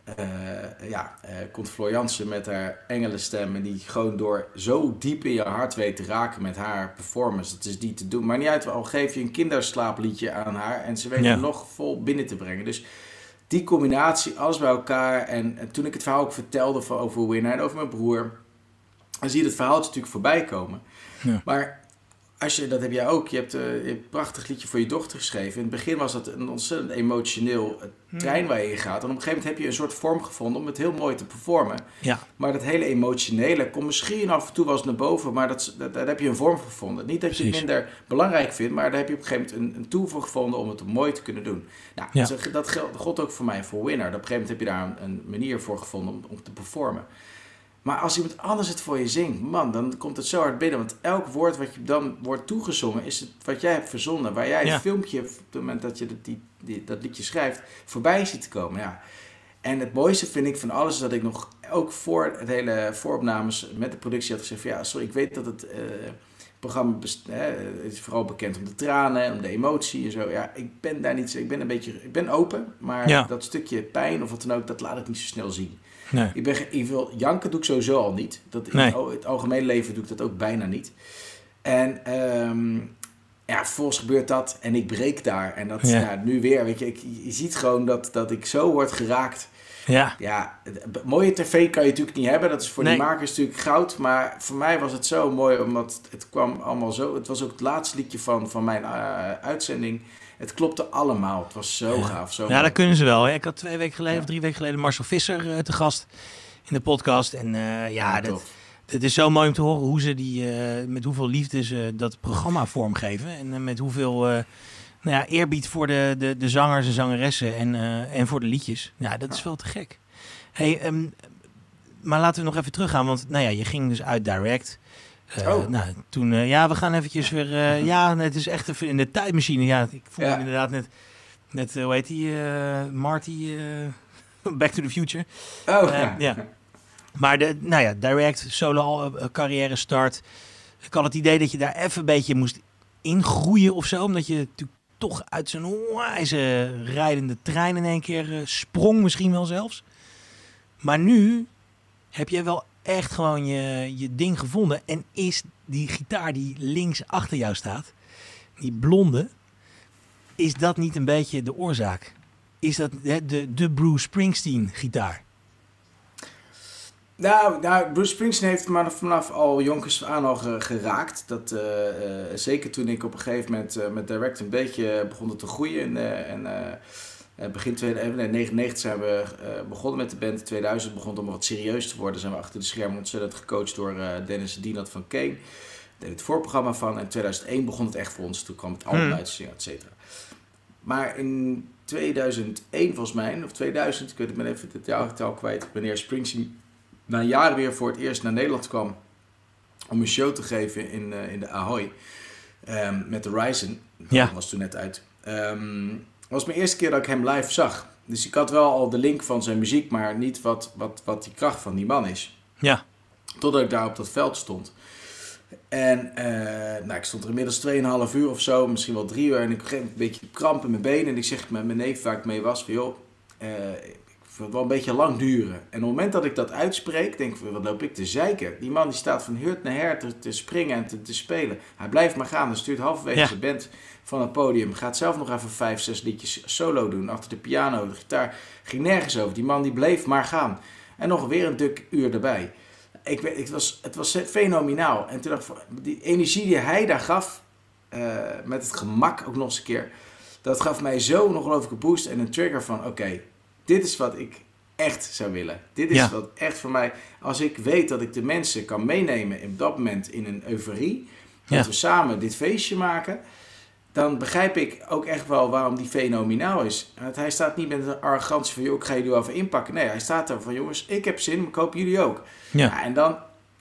komt Floor Jansen met haar engelenstem en die gewoon door zo diep in je hart weet te raken met haar performance. Het is die te doen. Maar niet uit, al geef je een kinderslaapliedje aan haar en ze weet hem nog vol binnen te brengen. Dus die combinatie, alles bij elkaar. En toen ik het verhaal ook vertelde over Winner en over mijn broer, dan zie je het verhaal natuurlijk voorbij komen. Ja. Maar dat heb jij ook. Je hebt een prachtig liedje voor je dochter geschreven. In het begin was dat een ontzettend emotioneel trein waar je in gaat. En op een gegeven moment heb je een soort vorm gevonden om het heel mooi te performen. Ja. Maar dat hele emotionele komt misschien af en toe wel eens naar boven. Maar daar heb je een vorm gevonden. Niet dat je het minder belangrijk vindt. Maar daar heb je op een gegeven moment een tool voor gevonden om het mooi te kunnen doen. Nou, dat geldt ook voor mij, voor Winner. Op een gegeven moment heb je daar een manier voor gevonden om te performen. Maar als iemand anders het voor je zingt, man, dan komt het zo hard binnen. Want elk woord wat je dan wordt toegezongen, is het wat jij hebt verzonnen. Waar jij het filmpje, op het moment dat je dat liedje schrijft, voorbij ziet komen. Ja. En het mooiste vind ik van alles is dat ik nog, ook voor het hele vooropnames met de productie had gezegd van, ja, sorry, ik weet dat het programma is vooral bekend om de tranen, om de emotie en zo. Ja, ik ben daar niet, ik ben open, maar dat stukje pijn of wat dan ook, dat laat ik niet zo snel zien. Nee. Ik wil janken doe ik sowieso al niet. In het algemene leven doe ik dat ook bijna niet. En vervolgens gebeurt dat en ik breek daar. En dat nu weer, weet je, je ziet gewoon dat ik zo word geraakt. Ja, mooie tv kan je natuurlijk niet hebben. Dat is voor die makers natuurlijk goud. Maar voor mij was het zo mooi, omdat het kwam allemaal zo. Het was ook het laatste liedje van mijn uitzending. Het klopte allemaal. Het was zo gaaf. Zo dat kunnen ze wel. Hè? Ik had 2 weken geleden of 3 weken geleden Marcel Visser te gast in de podcast. En het is zo mooi om te horen hoe ze met hoeveel liefde ze dat programma vormgeven. En met hoeveel eerbied voor de zangers en zangeressen en voor de liedjes. Ja, dat is wel te gek. Hey, maar laten we nog even teruggaan. Want je ging dus uit Direct. Toen, we gaan eventjes weer... het is echt even in de tijdmachine. Ja, ik voel me inderdaad net hoe heet die? Marty, Back to the Future. Maar Direct, solo carrière start. Ik had het idee dat je daar even een beetje moest ingroeien of zo. Omdat je natuurlijk toch uit zo'n onwijze rijdende trein in één keer sprong, misschien wel zelfs. Maar nu heb je wel echt gewoon je ding gevonden. En is die gitaar die links achter jou staat, die blonde, is dat niet een beetje de oorzaak? Is dat de Bruce Springsteen gitaar? Nou, Bruce Springsteen heeft me vanaf al jonkers aan al geraakt. Dat, zeker toen ik op een gegeven moment met Direct een beetje begon te groeien. Begin 1999 zijn we begonnen met de band. In 2000 begon het allemaal wat serieus te worden. Zijn we achter de schermen ontzettend gecoacht door Dennis Dienat van Kane. Daar deed het voorprogramma van. En in 2001 begon het echt voor ons. Toen kwam het album uit, et cetera. Maar in 2001 volgens mij, of 2000, ik ben even het jaartal kwijt, wanneer Springsteen na jaren weer voor het eerst naar Nederland kwam om een show te geven in de Ahoy met de Ryzen. Dat was toen net uit. Was mijn eerste keer dat ik hem live zag. Dus ik had wel al de link van zijn muziek, maar niet wat die kracht van die man is. Ja. Totdat ik daar op dat veld stond. En ik stond er inmiddels 2,5 uur of zo, misschien wel 3 uur. En ik kreeg een beetje kramp in mijn benen. En ik zeg met mijn neef waar ik mee was, van joh, ik vind het wel een beetje lang duren. En op het moment dat ik dat uitspreek, denk ik, wat loop ik te zeiken? Die man die staat van hurt naar her te springen en te spelen. Hij blijft maar gaan. Dan stuurt halverwege zijn band van het podium. Gaat zelf nog even 5, 6 liedjes solo doen. Achter de piano, de gitaar. Ging nergens over. Die man die bleef maar gaan. En nog weer een dik uur erbij. Het was fenomenaal. En toen dacht ik, die energie die hij daar gaf, met het gemak ook nog eens een keer, dat gaf mij zo een ongelooflijke boost en een trigger van, oké, dit is wat ik echt zou willen. Dit is wat echt voor mij, als ik weet dat ik de mensen kan meenemen op dat moment in een euforie, dat we samen dit feestje maken, dan begrijp ik ook echt wel waarom die fenomenaal is. Want hij staat niet met een arrogantie van, joh, ik ga jullie wel even inpakken. Nee, hij staat er van, jongens, ik heb zin, maar ik hoop jullie ook. Ja, en dan,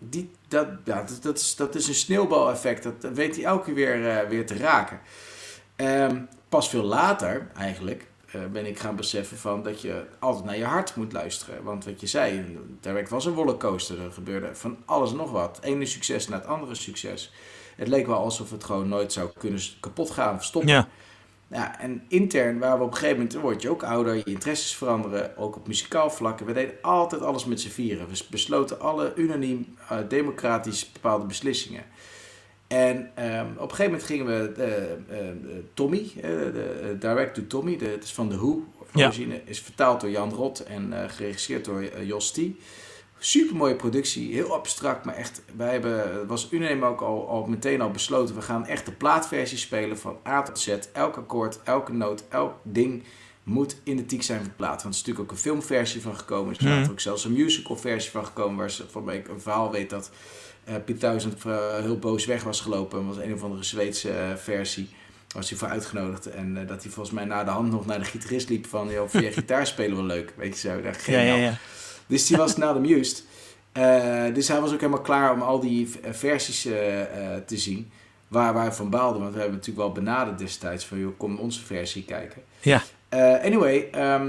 dat is een sneeuwbaleffect. Dat weet hij elke keer weer te raken. Pas veel later, eigenlijk, ben ik gaan beseffen van dat je altijd naar je hart moet luisteren. Want wat je zei, Direct was een rollercoaster. Er gebeurde van alles en nog wat. Het ene succes na het andere succes. Het leek wel alsof het gewoon nooit zou kunnen kapot gaan of stoppen. Ja. Ja, en intern waren we op een gegeven moment, dan word je ook ouder, je interesses veranderen, ook op muzikaal vlak. We deden altijd alles met z'n vieren. We besloten alle unaniem democratisch bepaalde beslissingen. En op een gegeven moment gingen we Tommy, Direct to Tommy, het is van The Who, origine, is vertaald door Jan Rot en geregisseerd door Jos T. Super mooie productie, heel abstract, maar echt, het was unaniem ook al meteen al besloten, we gaan echt de plaatversie spelen van A tot Z. Elk akkoord, elke noot, elk ding moet identiek zijn verplaatst. Want er is natuurlijk ook een filmversie van gekomen, er is ook zelfs een musical versie van gekomen, waar ze van mij een verhaal weet dat Piet Thuisend heel boos weg was gelopen. Dat was een of andere Zweedse versie. Was hij voor uitgenodigd. En dat hij volgens mij na de hand nog naar de gitarist liep van, joh, vind je gitaar spelen wel leuk? Weet je zo, daar geniaal. Ja. Dus die was na de amused. Dus hij was ook helemaal klaar om al die versies te zien. Waar wij van baalden. Want we hebben natuurlijk wel benaderd destijds van, joh, kom onze versie kijken. Ja. Anyway,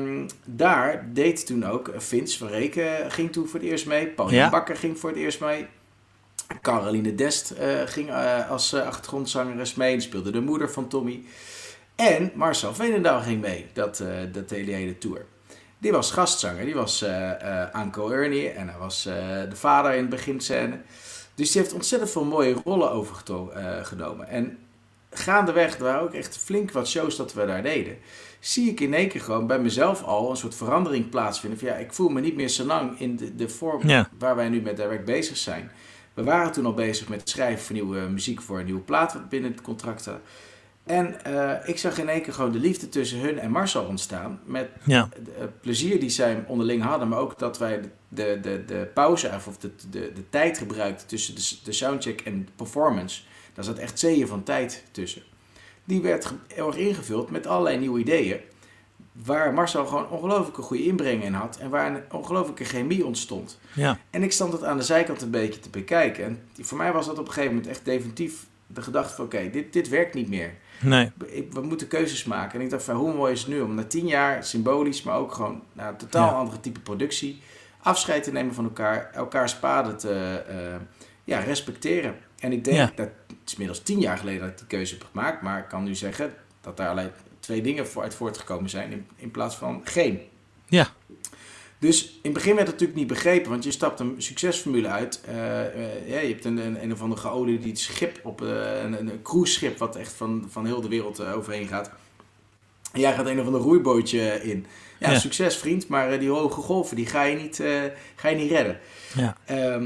daar deed toen ook Vince van Reken ging toen voor het eerst mee. Paul Bakker ging voor het eerst mee. Caroline Dest ging als achtergrondzangeres mee. Die speelde de moeder van Tommy. En Marcel Veenendaal ging mee, dat hele tour. Die was gastzanger. Die was Anko Ernie. En hij was de vader in de beginscène. Dus die heeft ontzettend veel mooie rollen overgenomen. En gaandeweg, er waren ook echt flink wat shows dat we daar deden. Zie ik in één keer gewoon bij mezelf al een soort verandering plaatsvinden. Van, ik voel me niet meer zo lang in de vorm waar wij nu met Direct bezig zijn. We waren toen al bezig met het schrijven van nieuwe muziek voor een nieuwe plaat wat binnen het contract had. En ik zag in één keer gewoon de liefde tussen hun en Marcel ontstaan. Met het plezier die zij onderling hadden. Maar ook dat wij de pauze of de tijd gebruikten tussen de soundcheck en de performance. Daar zat echt zeeën van tijd tussen. Die werd heel erg ingevuld met allerlei nieuwe ideeën. Waar Marcel gewoon ongelooflijke goede inbreng in had. En waar een ongelooflijke chemie ontstond. Ja. En ik stond het aan de zijkant een beetje te bekijken. En voor mij was dat op een gegeven moment echt definitief de gedachte van oké, dit werkt niet meer. Nee. We moeten keuzes maken. En ik dacht van hoe mooi is het nu om na 10 jaar symbolisch, maar ook gewoon naar een totaal andere type productie, afscheid te nemen van elkaars paden te respecteren. En ik denk, dat het is inmiddels 10 jaar geleden dat ik die keuze heb gemaakt, maar ik kan nu zeggen dat daar allerlei 2 dingen uit voortgekomen zijn in plaats van geen. Ja. Dus in het begin werd het natuurlijk niet begrepen, want je stapt een succesformule uit. Je hebt een of andere geoliede schip op een cruiseschip wat echt van heel de wereld overheen gaat. En jij gaat een of ander roeibootje in. Ja, succes vriend, maar die hoge golven die ga je niet redden. Ja.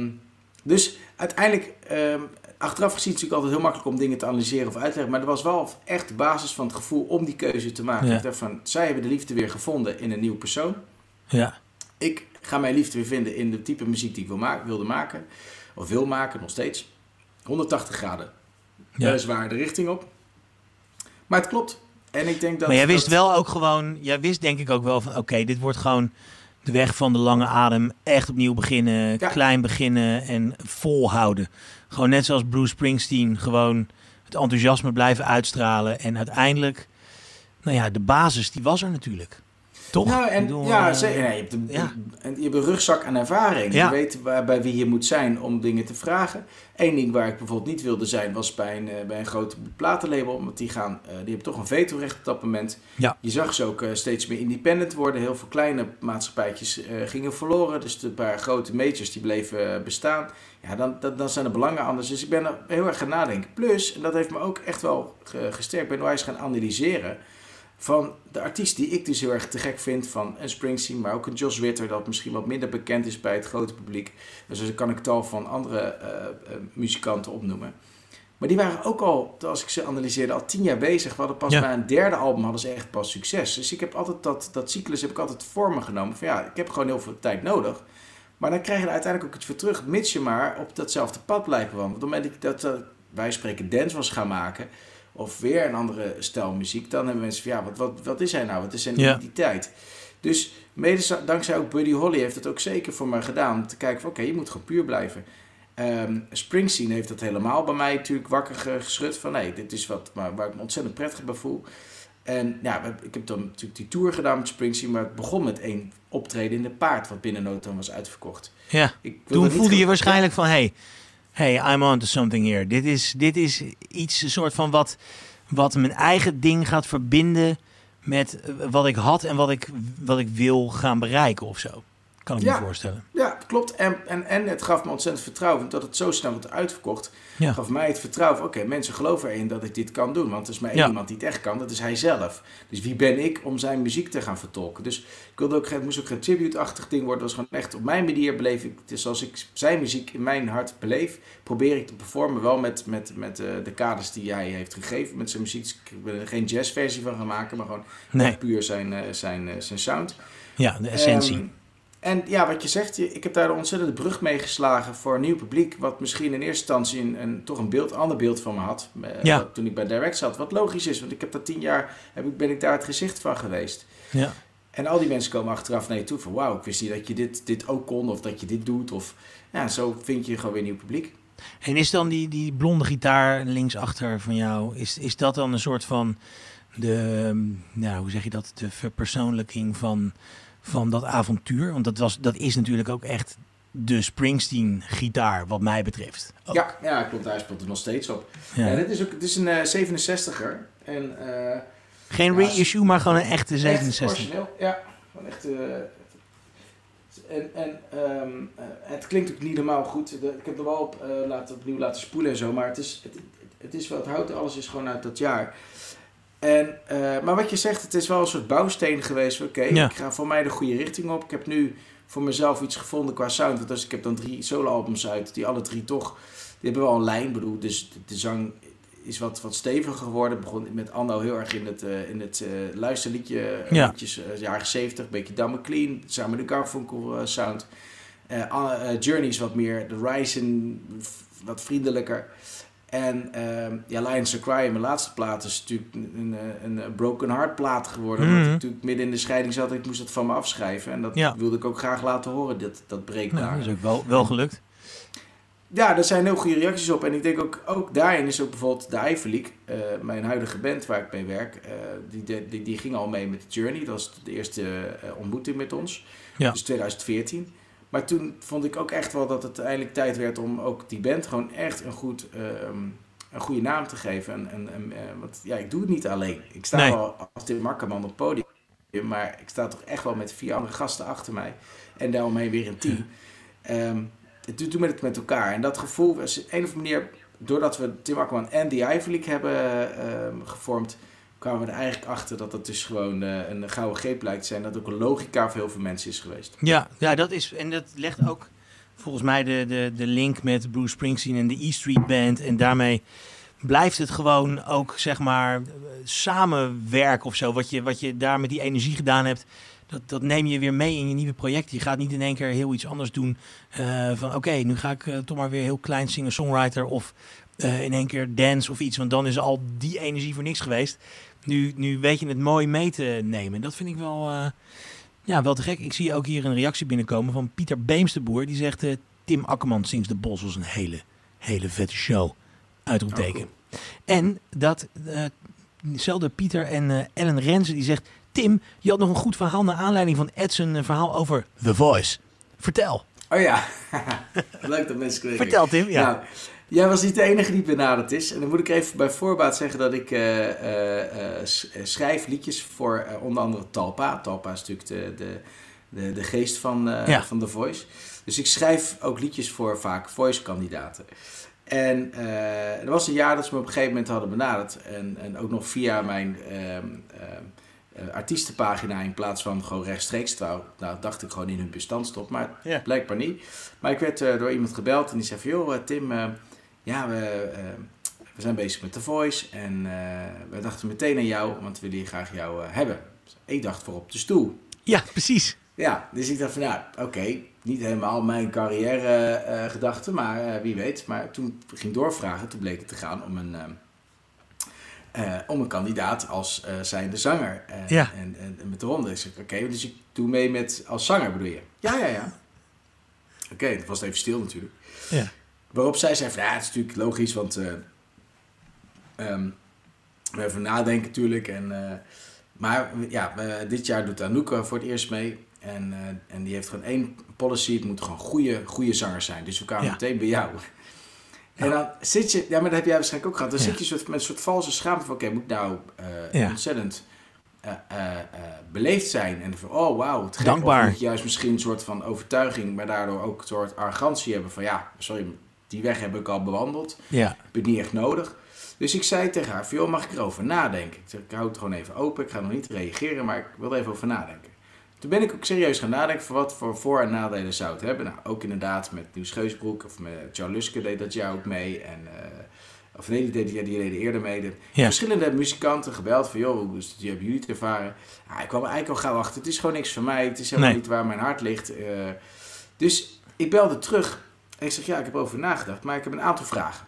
Dus uiteindelijk, achteraf gezien is het natuurlijk altijd heel makkelijk om dingen te analyseren of uit te leggen. Maar dat was wel echt de basis van het gevoel om die keuze te maken. Ja. Ik dacht van, zij hebben de liefde weer gevonden in een nieuwe persoon. Ja. Ik ga mijn liefde weer vinden in de type muziek die ik wilde maken. Of wil maken, nog steeds. 180 graden. Zwaar de richting op. Maar het klopt. En ik denk dat... Maar jij wist wel ook gewoon... Jij wist denk ik ook wel van... Oké, dit wordt gewoon de weg van de lange adem. Echt opnieuw beginnen. Ja. Klein beginnen en volhouden. Gewoon net zoals Bruce Springsteen. Gewoon het enthousiasme blijven uitstralen. En uiteindelijk... Nou ja, de basis die was er natuurlijk. Toch? Nou, en, zeker. Je hebt een rugzak aan ervaring. Ja. Je weet bij wie je moet zijn om dingen te vragen. Eén ding waar ik bijvoorbeeld niet wilde zijn was bij een grote platenlabel. Want die hebben toch een vetorecht op dat moment. Ja. Je zag ze ook steeds meer independent worden. Heel veel kleine maatschappijtjes gingen verloren. Dus de paar grote majors die bleven bestaan. Ja, dan zijn de belangen anders. Dus ik ben er heel erg gaan nadenken. Plus, en dat heeft me ook echt wel gesterkt. Ik ben wel eens gaan analyseren van de artiest die ik dus heel erg te gek vind, van een Springsteen, maar ook een Josh Ritter, dat misschien wat minder bekend is bij het grote publiek. Dus dan kan ik tal van andere muzikanten opnoemen. Maar die waren ook al, als ik ze analyseerde, al 10 jaar bezig. We hadden pas bij een derde album hadden ze echt pas succes. Dus ik heb altijd dat cyclus heb ik altijd voor me genomen. Van ik heb gewoon heel veel tijd nodig. Maar dan krijg je er uiteindelijk ook iets voor terug, mits je maar op datzelfde pad blijft wandelen. Op het moment dat ik wij spreken dance was gaan maken, of weer een andere stijl muziek, dan hebben mensen van wat is hij nou? Wat is zijn identiteit? Dus mede dankzij ook Buddy Holly heeft het ook zeker voor mij gedaan. Om te kijken van je moet gewoon puur blijven. Springsteen heeft dat helemaal bij mij natuurlijk wakker geschud. Van dit is waar ik me ontzettend prettig bij voel. En ik heb dan natuurlijk die tour gedaan met Springsteen. Maar het begon met 1 optreden in de Paard. Wat binnen no time was uitverkocht. Ja, toen voelde je waarschijnlijk van hey, I'm on to something here. Dit is iets, een soort van wat mijn eigen ding gaat verbinden met wat ik had en wat ik wil gaan bereiken of zo. Kan ik me voorstellen. Ja, klopt. En het gaf me ontzettend vertrouwen. Want dat het zo snel wordt uitverkocht, gaf mij het vertrouwen. Oké, mensen geloven erin dat ik dit kan doen. Want er is maar één iemand die het echt kan. Dat is hij zelf. Dus wie ben ik om zijn muziek te gaan vertolken? Dus het moest ook geen tribute-achtig ding worden. Het was gewoon echt op mijn manier beleef ik. Dus als ik zijn muziek in mijn hart beleef, probeer ik te performen. Wel met de kaders die hij heeft gegeven met zijn muziek. Ik wil er geen jazzversie van gaan maken, maar gewoon puur zijn sound. Ja, de essentie. En ja, wat je zegt, ik heb daar een ontzettende brug mee geslagen voor een nieuw publiek, wat misschien in eerste instantie toch een ander beeld van me had, toen ik bij Direct zat. Wat logisch is, want ik heb dat 10 jaar, ben ik daar het gezicht van geweest. Ja. En al die mensen komen achteraf naar je toe van, wauw, ik wist niet dat je dit ook kon, of dat je dit doet. Of ja, zo vind je gewoon weer nieuw publiek. En is dan die blonde gitaar linksachter van jou, is dat dan een soort van hoe zeg je dat, de verpersoonlijking van dat avontuur? Want dat is natuurlijk ook echt de Springsteen-gitaar, wat mij betreft. Ja, klopt. Hij speelt er nog steeds op. Ja. Het is een 67er. En, geen reissue, maar gewoon een echte 67. Origineel, ja. Gewoon echt... het klinkt ook niet helemaal goed. Ik heb er wel op opnieuw laten spoelen en zo. Maar het is wel... Het hout, alles is gewoon uit dat jaar. Maar wat je zegt, het is wel een soort bouwsteen geweest. Oké, ik ga voor mij de goede richting op. Ik heb nu voor mezelf iets gevonden qua sound. Want ik heb dan 3 solo-albums uit, die alle 3 toch... Die hebben wel een lijn, bedoel. Dus de zang is wat steviger geworden. Begon met Anno heel erg in het luisterliedje. Liedjes jaren 70, een beetje Dumb and Clean. Samen de Garfunkel sound. Journey is wat meer de Ryzen, wat vriendelijker. En Lions Are Cry, mijn laatste plaat, is natuurlijk een broken heart plaat geworden. Omdat ik natuurlijk midden in de scheiding zat. Ik moest dat van me afschrijven. En dat wilde ik ook graag laten horen, dat breekbaar. Dat is ook wel gelukt. Ja, er zijn heel goede reacties op. En ik denk ook daarin is ook bijvoorbeeld de Eifeliek, mijn huidige band waar ik mee werk. Die ging al mee met Journey. Dat was de eerste ontmoeting met ons. Ja. Dus 2014. Maar toen vond ik ook echt wel dat het eindelijk tijd werd om ook die band gewoon echt een goede naam te geven. Want ik doe het niet alleen. Ik sta wel als Tim Akkerman op het podium, maar ik sta toch echt wel met 4 andere gasten achter mij. En daaromheen weer een team. Het doet met elkaar. En dat gevoel was op een of andere manier, doordat we Tim Akkerman en die Eifeliek hebben gevormd, kwamen we er eigenlijk achter dat het dus gewoon een gouden greep lijkt te zijn. Dat ook een logica voor heel veel mensen is geweest. Ja, dat is. En dat legt ook volgens mij de link met Bruce Springsteen en de E Street Band. En daarmee blijft het gewoon ook, zeg maar, samenwerken of zo. Wat je daar met die energie gedaan hebt, dat neem je weer mee in je nieuwe project. Je gaat niet in één keer heel iets anders doen. Van oké, nu ga ik toch maar weer heel klein singer-songwriter of in één keer dance of iets. Want dan is al die energie voor niks geweest. Nu weet je het mooi mee te nemen. Dat vind ik wel te gek. Ik zie ook hier een reactie binnenkomen van Pieter Beemsterboer. Die zegt, Tim Akkerman Sings the Bos was een hele vette show. Uitroepteken. Cool. En dezelfde Pieter en Ellen Renze die zegt, Tim, je had nog een goed verhaal naar aanleiding van Edson verhaal over The Voice. Vertel. Oh ja, leuk dat mensen kregen. Vertel Tim, ja. Nou, jij was niet de enige die benaderd is. En dan moet ik even bij voorbaat zeggen dat ik schrijf liedjes voor onder andere Talpa. Talpa is natuurlijk de geest van The Voice. Dus ik schrijf ook liedjes voor vaak voice-kandidaten. En er was een jaar dat ze me op een gegeven moment hadden benaderd. En ook nog via mijn artiestenpagina in plaats van gewoon rechtstreeks. Nou, dacht ik gewoon in hun bestand stop, maar blijkbaar niet. Maar ik werd door iemand gebeld en die zei van, joh Tim, we zijn bezig met The Voice en we dachten meteen aan jou, want we willen graag jou hebben. Ik dacht voor op de stoel. Ja, precies. Ja, dus ik dacht van, oké, niet helemaal mijn carrière gedachte, maar wie weet. Maar toen ging doorvragen, toen bleek het te gaan om een kandidaat als zijnde zanger. En met de ronde. Dus oké, dus ik doe mee met als zanger, bedoel je? Ja. Oké, dat was even stil natuurlijk. Ja. Waarop zij zei van, het is natuurlijk logisch, want we even nadenken natuurlijk. Maar dit jaar doet Anouk voor het eerst mee. En die heeft gewoon 1 policy, het moet gewoon goede zanger zijn. Dus we kwamen meteen bij jou. En dan zit je, maar dat heb jij waarschijnlijk ook gehad. Dan zit je met een soort valse schaamte van, oké, moet ik nou ontzettend beleefd zijn. En van, oh wauw, het dankbaar. Of moet je juist misschien een soort van overtuiging, maar daardoor ook een soort arrogantie hebben van, sorry, die weg heb ik al bewandeld. Ja. Ik ben niet echt nodig. Dus ik zei tegen haar, van, joh, mag ik erover nadenken? Ik zeg, ik hou het gewoon even open, ik ga nog niet reageren, maar ik wil er even over nadenken. Toen ben ik ook serieus gaan nadenken van wat voor- en nadelen zou het hebben. Nou, ook inderdaad met Nieuws Geusbroek of met Charles Luske deed dat jaar ook mee. En, die deden eerder mee. Verschillende muzikanten gebeld van, joh, hoe hebben jullie het ervaren? Ik kwam er eigenlijk al gauw achter, het is gewoon niks voor mij. Het is helemaal niet waar mijn hart ligt. Dus ik belde terug en ik zeg, ik heb over nagedacht, maar ik heb een aantal vragen.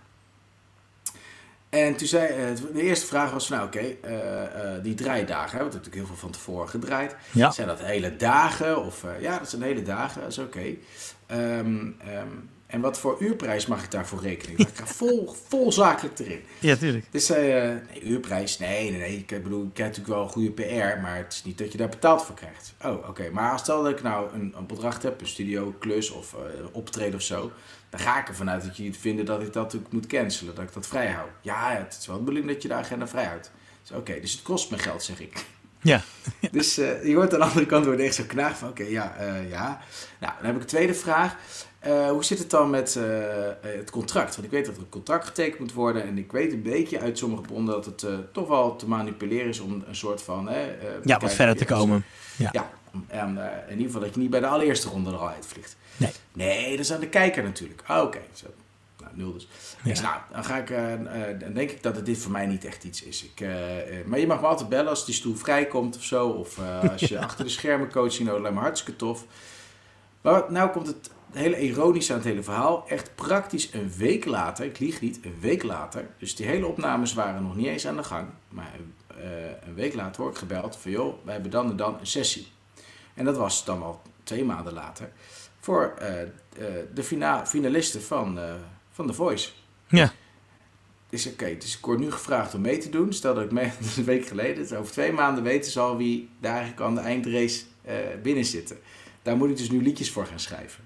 En toen zei, de eerste vraag was van, die draaidagen, we hebben natuurlijk heel veel van tevoren gedraaid. Ja. Zijn dat hele dagen? Of, dat zijn hele dagen, dat is oké. En wat voor uurprijs mag ik daarvoor rekenen? Ik ga vol zakelijk erin. Ja, tuurlijk. Dus zei uurprijs? Nee. Ik bedoel, ik krijg natuurlijk wel een goede PR, maar het is niet dat je daar betaald voor krijgt. Oh, oké. Maar stel dat ik nou een bedrag heb, een studioklus of optreden of zo, dan ga ik ervan uit dat jullie vinden dat ik dat moet cancelen, dat ik dat vrij hou. Ja, het is wel de bedoeling dat je de agenda vrij houdt. Dus oké, dus het kost me geld, zeg ik. Ja. Dus je hoort aan de andere kant wordt echt zo knaag van, ja. Nou, dan heb ik een tweede vraag. Hoe zit het dan met het contract? Want ik weet dat er een contract getekend moet worden en ik weet een beetje uit sommige bronnen dat het toch wel te manipuleren is om een soort van... wat verder te komen. En in ieder geval dat je niet bij de allereerste ronde er al uitvliegt. Nee, dat is aan de kijker natuurlijk. Oké. Nou, 0 dus. Ja. Dus, dan ga ik, dan denk ik dat dit voor mij niet echt iets is. Maar je mag me altijd bellen als die stoel vrijkomt of zo. Of als je achter de schermen coaching nodig, lijkt me hartstikke tof. Maar nou komt het hele ironische aan het hele verhaal. Echt praktisch een week later, ik lieg niet, een week later. Dus die hele opnames waren nog niet eens aan de gang. Maar een week later word ik gebeld van, joh, wij hebben dan en dan een sessie. En dat was dan al 2 maanden later. Voor de finalisten van The Voice. Ja. Dus dus ik word nu gevraagd om mee te doen. Stel dat ik mee, dat is een week geleden. Dus over 2 maanden weten ze al wie daar eigenlijk aan de eindrace binnen zitten. Daar moet ik dus nu liedjes voor gaan schrijven.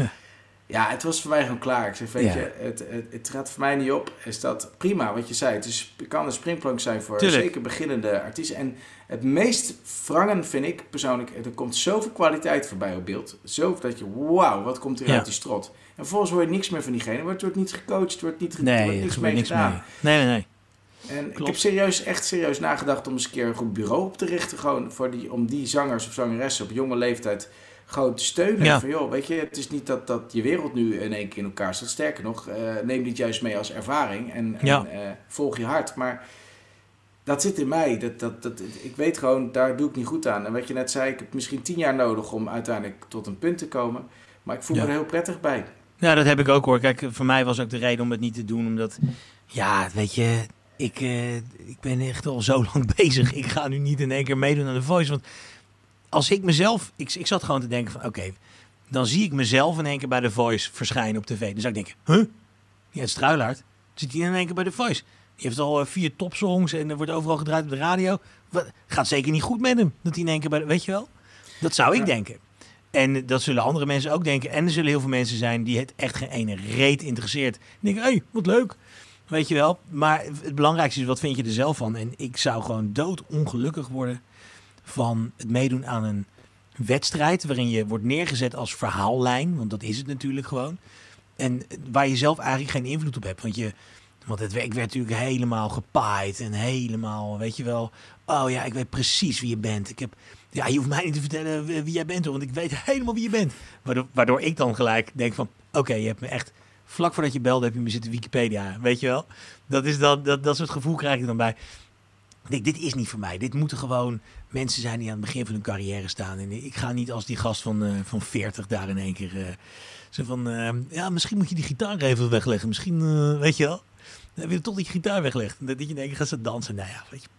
Ja, het was voor mij gewoon klaar. Ik zeg, weet je, het gaat voor mij niet op. Is dat prima wat je zei. Het kan een springplank zijn voor zeker beginnende artiesten. En het meest wrangen vind ik persoonlijk, er komt zoveel kwaliteit voorbij op beeld. Zoveel dat je, wauw, wat komt er uit die strot. En vervolgens hoor je niks meer van diegene. Het wordt niet gecoacht, wordt niks mee gedaan. Nee. En klopt. Ik heb echt serieus nagedacht om eens een keer een goed bureau op te richten. Gewoon om die zangers of zangeressen op jonge leeftijd gewoon te steunen. Ja. Van, joh, weet je, het is niet dat je wereld nu in één keer in elkaar staat. Sterker nog, neem dit juist mee als ervaring en volg je hart. Maar dat zit in mij. Ik weet gewoon, daar doe ik niet goed aan. En wat je net zei, ik heb misschien 10 jaar nodig om uiteindelijk tot een punt te komen. Maar ik voel me er heel prettig bij. Ja, dat heb ik ook hoor. Kijk, voor mij was ook de reden om het niet te doen. Omdat, weet je, ik ben echt al zo lang bezig. Ik ga nu niet in één keer meedoen aan The Voice. Want als ik mezelf... Ik zat gewoon te denken van, oké, dan zie ik mezelf in één keer bij The Voice verschijnen op tv. Dan zou ik denken, het Struilaert zit hij in één keer bij The Voice. Die heeft al 4 topsongs en er wordt overal gedraaid op de radio. Gaat zeker niet goed met hem, dat hij in één keer bij weet je wel? Dat zou ik denken. En dat zullen andere mensen ook denken. En er zullen heel veel mensen zijn die het echt geen ene reet interesseert. Die denken, wat leuk. Weet je wel. Maar het belangrijkste is, wat vind je er zelf van? En ik zou gewoon doodongelukkig worden van het meedoen aan een wedstrijd waarin je wordt neergezet als verhaallijn. Want dat is het natuurlijk gewoon. En waar je zelf eigenlijk geen invloed op hebt. Want ik werd natuurlijk helemaal gepaaid en helemaal, weet je wel. Oh ja, ik weet precies wie je bent. Je hoeft mij niet te vertellen wie jij bent, want ik weet helemaal wie je bent. Waardoor ik dan gelijk denk van, oké, je hebt me echt, vlak voordat je belde, heb je me zitten Wikipedia, weet je wel. Dat soort gevoel krijg ik dan bij. Ik denk, dit is niet voor mij. Dit moeten gewoon mensen zijn die aan het begin van hun carrière staan. En ik ga niet als die gast van 40 daar in één keer zo van, misschien moet je die gitaar even wegleggen. Misschien, weet je wel. Dan heb je toch die gitaar weglegt. Dat je in één keer gaat dansen. Nou ja, weet je,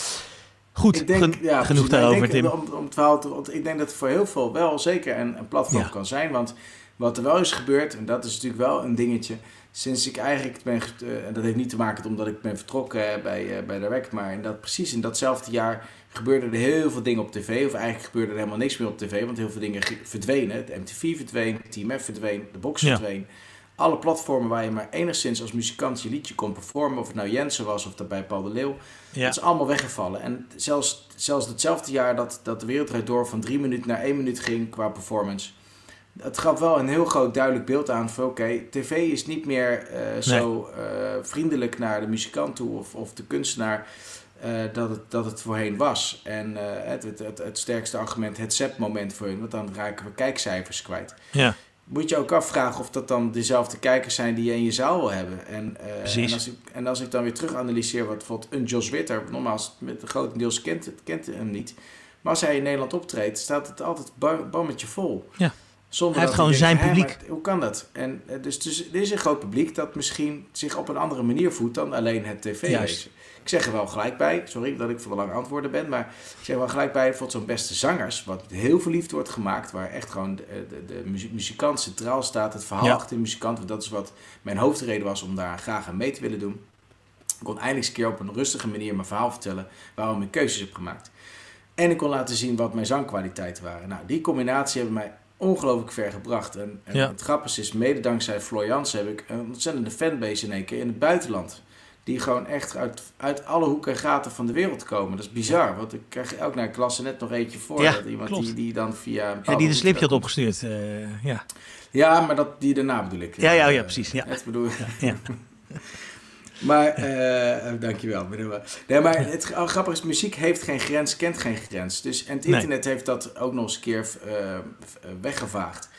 Goed, genoeg daarover, Tim. Om het verhaal want ik denk dat het voor heel veel wel zeker een platform kan zijn. Want wat er wel is gebeurd, en dat is natuurlijk wel een dingetje. Sinds ik eigenlijk ben, en dat heeft niet te maken omdat ik ben vertrokken bij Direct, maar precies in datzelfde jaar gebeurden er heel veel dingen op tv. Of eigenlijk gebeurde er helemaal niks meer op tv, want heel veel dingen verdwenen. Het MTV verdween, TMF verdween, de box verdween. alle platformen waar je maar enigszins als muzikant je liedje kon performen, of het nou Jensen was of dat bij Paul de Leeuw, dat is allemaal weggevallen. En zelfs hetzelfde jaar dat de Wereld Draait Door van 3 minuten naar 1 minuut ging qua performance. Het gaf wel een heel groot duidelijk beeld aan van oké, tv is niet meer zo vriendelijk naar de muzikant toe of de kunstenaar dat het voorheen was. En het sterkste argument, het ZEP-moment voor hun, want dan raken we kijkcijfers kwijt. Ja. Moet je ook afvragen of dat dan dezelfde kijkers zijn die je in je zaal wil hebben. En als ik dan weer terug analyseer wat bijvoorbeeld een Jos Witter, nogmaals, met grotendeels kent hem niet. Maar als hij in Nederland optreedt, staat het altijd bammetje vol. Ja. Zonder hij heeft gewoon zijn publiek. Hoe kan dat? En dus er is een groot publiek dat misschien zich op een andere manier voedt dan alleen het tv-lezen. Ik zeg er wel gelijk bij, sorry dat ik voor de lange antwoorden ben, maar ik zeg er wel gelijk bij, bijvoorbeeld zo'n Beste Zangers, wat heel veel liefde wordt gemaakt, waar echt gewoon de muzikant centraal staat, het verhaal achter de muzikant, want dat is wat mijn hoofdreden was om daar graag aan mee te willen doen. Ik kon eindelijk eens een keer op een rustige manier mijn verhaal vertellen waarom ik keuzes heb gemaakt. En ik kon laten zien wat mijn zangkwaliteiten waren. Nou, die combinatie hebben mij ongelooflijk ver gebracht. En het grappige is, mede dankzij Floor Jansen heb ik een ontzettende fanbase in één keer in het buitenland. Die gewoon echt uit alle hoeken en gaten van de wereld komen. Dat is bizar, want ik krijg elk naar klasse net nog eentje voor. Ja, dat iemand die dan via... Ja, die de slipje had opgestuurd. Ja, maar die daarna bedoel ik. Ja, precies. Ja. Het bedoel ja. Maar, dankjewel. Nee, maar het grappige is, muziek heeft geen grens, kent geen grens. Dus, en het internet heeft dat ook nog eens een keer weggevaagd.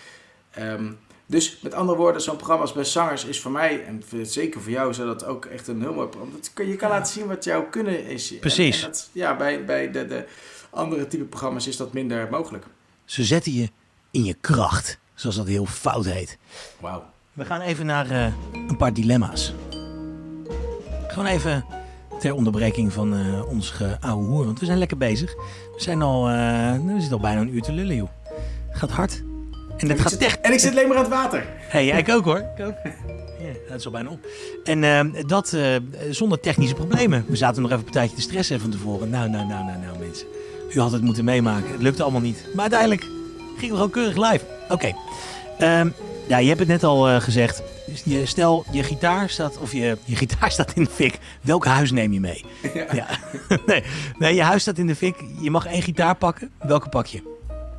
Dus met andere woorden, zo'n programma als Best Zangers is voor mij, en zeker voor jou, is dat ook echt een heel mooi programma. Je kan laten zien wat jouw kunnen is. Precies. En dat, bij de andere type programma's is dat minder mogelijk. Ze zetten je in je kracht, zoals dat heel fout heet. Wauw. We gaan even naar een paar dilemma's. Gewoon even ter onderbreking van ons ouwe hoer, want we zijn lekker bezig. We zitten al bijna een uur te lullen, joh. Gaat hard. En ik zit alleen maar aan het water. Hey, ja, ik ook hoor. Ja, dat is al bijna op. En dat zonder technische problemen. We zaten nog even een partijtje te stressen van tevoren. Nou, mensen. U had het moeten meemaken. Het lukte allemaal niet. Maar uiteindelijk gingen we gewoon keurig live. Oké. Je hebt het net al gezegd. Stel, je gitaar staat, of je gitaar staat in de fik. Welk huis neem je mee? Ja. Nee, je huis staat in de fik. Je mag 1 gitaar pakken. Welke pak je?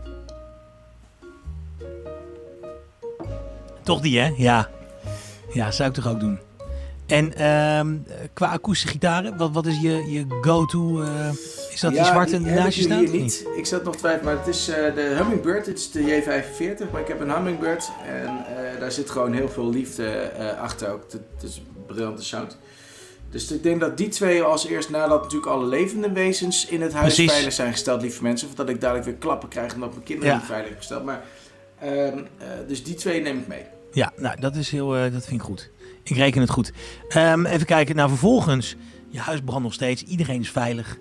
Toch die, hè? Ja, zou ik toch ook doen. En qua akoestische gitaren, wat is je go-to? Is dat die zwarte die naast je staat? Hier niet. Ik zat nog twijfelen, maar het is de Hummingbird. Het is de J45, maar ik heb een Hummingbird. En daar zit gewoon heel veel liefde achter ook. Het is een briljante sound. Dus ik denk dat die twee als eerst, nadat natuurlijk alle levende wezens in het huis veilig zijn gesteld, lieve mensen. Of dat ik dadelijk weer klappen krijg omdat mijn kinderen niet veilig gesteld. Maar dus die twee neem ik mee. Ja, nou dat is dat vind ik goed. Ik reken het goed. Even kijken. Nou, vervolgens, je huis brandt nog steeds. Iedereen is veilig.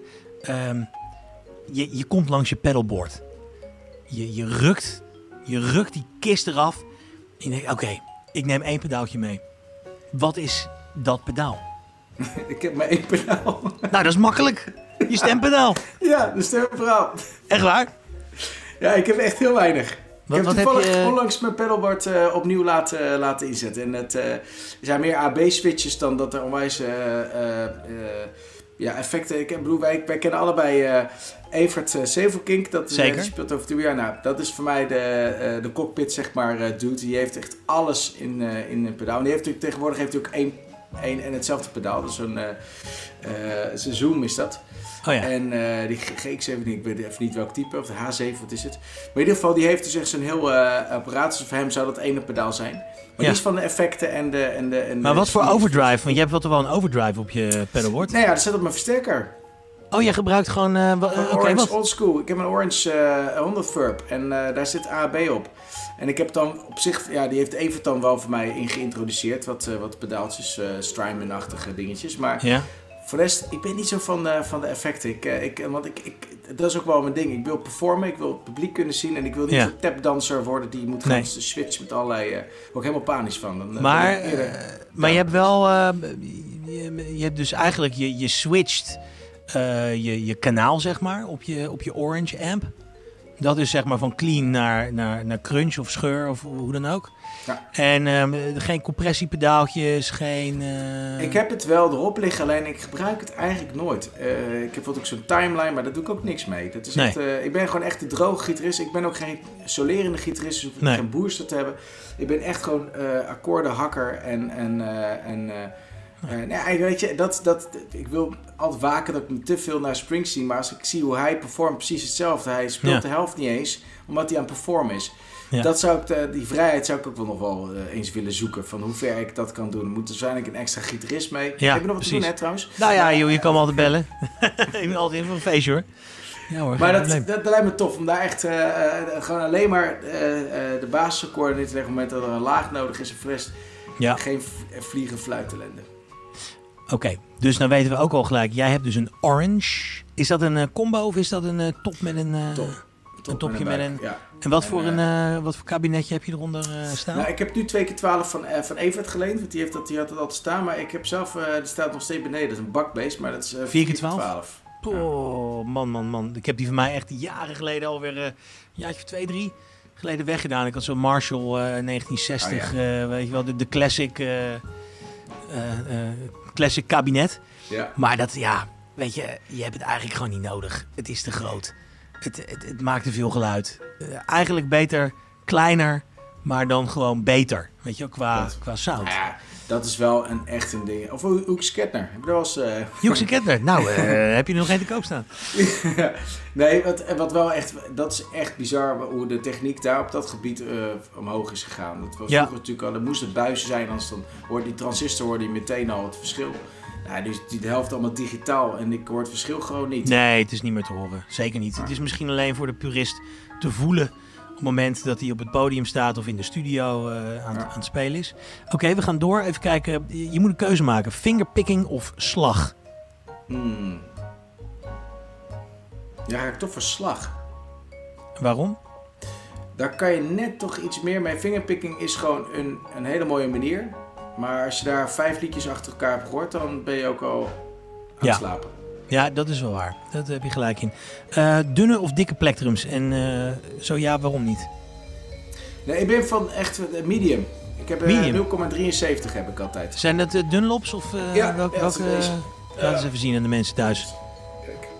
Je komt langs je pedalboard. Je rukt die kist eraf. En je denkt, oké, ik neem 1 pedaaltje mee. Wat is dat pedaal? Ik heb maar 1 pedaal. Nou, dat is makkelijk. Je stempedaal. Ja, de stempedaal. Echt waar? Ja, ik heb echt heel weinig. Ik heb toevallig heb je... onlangs mijn pedalboard opnieuw laten inzetten. En het zijn meer AB-switches dan dat er onwijs effecten... Ik bedoel, wij kennen allebei Evert Sevelkink. Die speelt over 2 jaar. Nou, dat is voor mij de cockpit, zeg maar, dude. Die heeft echt alles in een pedaal. En tegenwoordig heeft hij ook één en hetzelfde pedaal. Dus zijn Zoom is dat. Oh ja. En die GX7, ik weet even niet welk type, of de H7, wat is het? Maar in ieder geval, die heeft dus echt zo'n heel apparaat. Dus voor hem zou dat 1 pedaal zijn. Maar die is van de effecten en de... Maar wat voor overdrive? Want je hebt wel een overdrive op je pedalboard. Nee, dat zit op mijn versterker. Oh, jij gebruikt gewoon... Orange Old School. Ik heb een Orange 100 Verb en daar zit AB op. En ik heb dan op zich... Ja, die heeft Evert dan wel voor mij geïntroduceerd. Wat pedaaltjes, Strymon-achtige dingetjes. Maar... Ja. Voor de rest, ik ben niet zo van de effecten. Dat is ook wel mijn ding. Ik wil performen, ik wil het publiek kunnen zien. En ik wil niet een tapdancer worden die moet gaan switchen met allerlei... Daar word ik helemaal panisch van. Maar je hebt wel... je hebt dus eigenlijk... Je switcht je kanaal, zeg maar, op je Orange amp. Dat is zeg maar van clean naar crunch of scheur of hoe dan ook. Ja. En geen compressiepedaaltjes, geen... Ik heb het wel erop liggen, alleen ik gebruik het eigenlijk nooit. Ik heb ook zo'n timeline, maar daar doe ik ook niks mee. Dat is Nee. echt, ik ben gewoon echt de droge gitarist. Ik ben ook geen solerende gitarist, dus hoef ik geen booster te hebben. Ik ben echt gewoon akkoordenhakker nee, weet je, ik wil altijd waken dat ik me te veel naar Springsteen, maar als ik zie hoe hij performt, precies hetzelfde. Hij speelt de helft niet eens, omdat hij aan het performen is. Ja. Dat zou ik, die vrijheid zou ik ook nog wel eens willen zoeken, van hoe ver ik dat kan doen. Er moet waarschijnlijk een extra gitarist mee. Ja, heb je nog wat te doen, hè, trouwens? Nou ja, joh, je kan me altijd bellen. Ik ben altijd in voor een feestje, hoor. Ja, hoor, maar dat lijkt me tof, om daar echt gewoon alleen maar de basisakkoorden in te leggen op het moment dat er een laag nodig is, een rest geen vliegen fluitellende. Oké, dus nou weten we ook al gelijk. Jij hebt dus een orange. Is dat een combo of is dat een top met een... Een topje met een... Ja. En wat voor kabinetje heb je eronder staan? Nou, ik heb nu 2x12 van Evert geleend, want die had het altijd staan. Maar ik heb zelf, die staat nog steeds beneden. Dat is een bakbeest, maar dat is 4x12. Oh, man. Ik heb die van mij echt jaren geleden alweer een jaartje of 2, 3 geleden weggedaan. Ik had zo'n Marshall 1960, weet je wel, de classic kabinet. Ja. Maar dat, weet je hebt het eigenlijk gewoon niet nodig. Het is te groot. Het maakt te veel geluid. Eigenlijk beter, kleiner, maar dan gewoon beter. Weet je wel, qua sound. Nou ja, dat is wel echt een ding. Of Hughes Kettner. Heb je er wel eens... Hughes Kettner? Nou, heb je er nog geen te koop staan? Nee, wat wel echt... Dat is echt bizar hoe de techniek daar op dat gebied omhoog is gegaan. Dat was vroeger natuurlijk al... Er moest het buizen zijn, anders dan hoorde die transistor meteen al het verschil. Ja, dus de helft allemaal digitaal en ik hoor het verschil gewoon niet. Nee, het is niet meer te horen. Zeker niet. Het is misschien alleen voor de purist te voelen op het moment dat hij op het podium staat of in de studio aan het spelen is. Oké, we gaan door. Even kijken. Je moet een keuze maken. Fingerpicking of slag? Ja, ga ik toch voor slag. Waarom? Daar kan je net toch iets meer mee. Fingerpicking is gewoon een hele mooie manier. Maar als je daar 5 liedjes achter elkaar hebt gehoord, dan ben je ook al aan het slapen. Ja, dat is wel waar. Dat heb je gelijk in. Dunne of dikke plektrums? En zo ja, waarom niet? Nee, ik ben van echt medium. Ik heb 0,73 heb ik altijd. Zijn dat Dunlops of welke? Laten we eens even zien aan de mensen thuis. Kijk.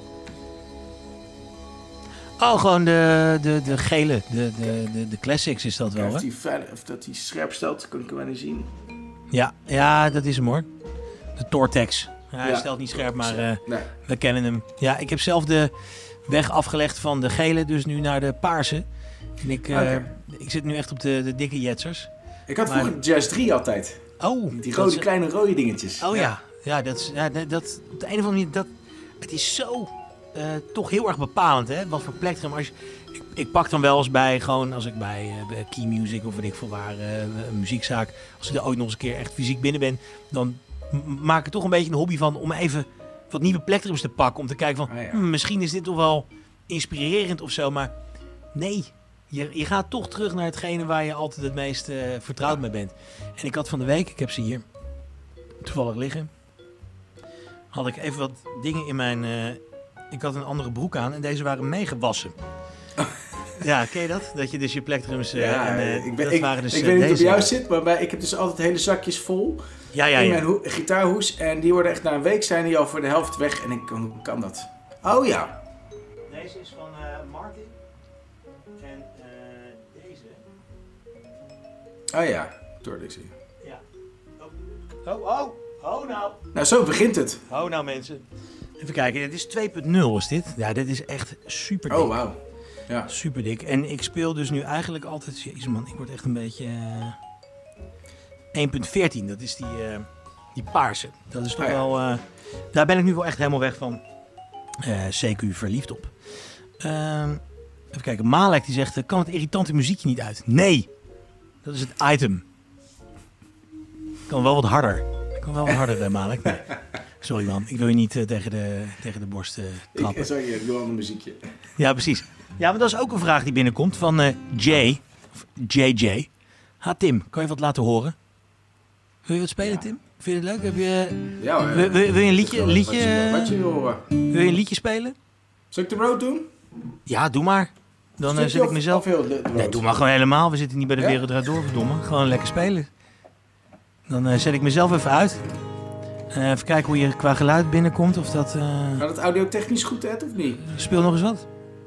Oh, gewoon de gele. De classics is dat wel, hè? Of dat die scherp stelt, kan ik wel niet zien. Ja, dat is hem, hoor. De Tortex. Hij stelt niet scherp, maar we kennen hem. Ja, ik heb zelf de weg afgelegd van de gele, dus nu naar de paarse. En ik zit nu echt op de dikke jetsers. Ik had vroeger Jazz 3 altijd. Oh. Die kleine rode dingetjes. Oh ja. Ja, dat op de een of andere manier, het is zo toch heel erg bepalend, hè? Wat voor plektrum. Ik pak dan wel eens bij, gewoon als ik bij Key Music of weet ik veel waar, een muziekzaak, als ik er ooit nog eens een keer echt fysiek binnen ben, dan maak ik er toch een beetje een hobby van om even wat nieuwe plektrums te pakken. Om te kijken van, misschien is dit toch wel inspirerend of zo. Maar nee, je gaat toch terug naar hetgene waar je altijd het meest vertrouwd mee bent. En ik had van de week, ik heb ze hier toevallig liggen, had ik even wat dingen in mijn... ik had een andere broek aan en deze waren meegewassen. Ja, ken je dat? Dat je dus je plektrums... ik weet niet of het bij jou zit, maar ik heb dus altijd hele zakjes vol in mijn gitaarhoes. En die worden echt na een week zijn die al voor de helft weg. En hoe kan dat? Oh ja. Deze is van Martin. En deze... Oh ja, Tordixie. Ja. Oh nou. Nou, zo begint het. Oh nou, mensen. Even kijken, dit is 2.0 is dit. Ja, dit is echt super dik. Oh, wauw. Ja. Super dik. En ik speel dus nu eigenlijk altijd... Jezus man, ik word echt een beetje... 1.14, dat is die paarse. Dat is toch wel... daar ben ik nu wel echt helemaal weg van. CQ verliefd op. Even kijken, Malek die zegt... kan het irritante muziekje niet uit? Nee! Dat is het item. Kan wel wat harder. Malek. Nee. Sorry man, ik wil je niet tegen de borst trappen. Sorry, ik doe al een muziekje. Ja, precies. Ja, maar dat is ook een vraag die binnenkomt van Jay. Of JJ. Ha Tim, kan je wat laten horen? Wil je wat spelen, Tim? Vind je het leuk? Heb je... Ja, wil je een liedje? Wat je wil horen. Wil je een liedje spelen? Zal ik de road doen? Ja, doe maar. Dan zet ik mezelf... Nee, doe maar gewoon helemaal. We zitten niet bij de Wereld Draait Door, verdomme. Gewoon lekker spelen. Dan zet ik mezelf even uit. Even kijken hoe je qua geluid binnenkomt. Of dat... Gaat het audio-technisch goed, Ed, of niet? Speel nog eens wat.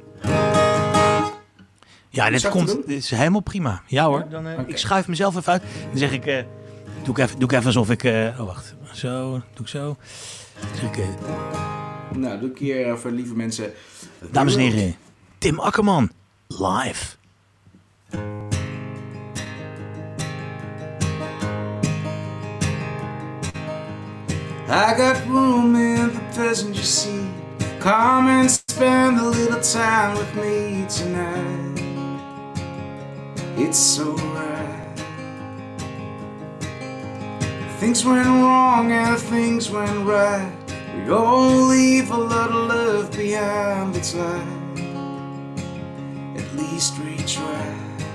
Ja, dit is helemaal prima. Ja hoor. Dan, ik schuif mezelf even uit. Dan zeg ik... Doe ik even alsof ik... oh, wacht. Zo. Doe ik zo. Dan zeg ik... Nou, doe ik hier voor lieve mensen... Dames en heren. Tim Akkerman. Live. I got room in the passenger seat. Come and spend a little time with me tonight. It's so right. Things went wrong and things went right. We all leave a lot of love behind. It's like, at least we try.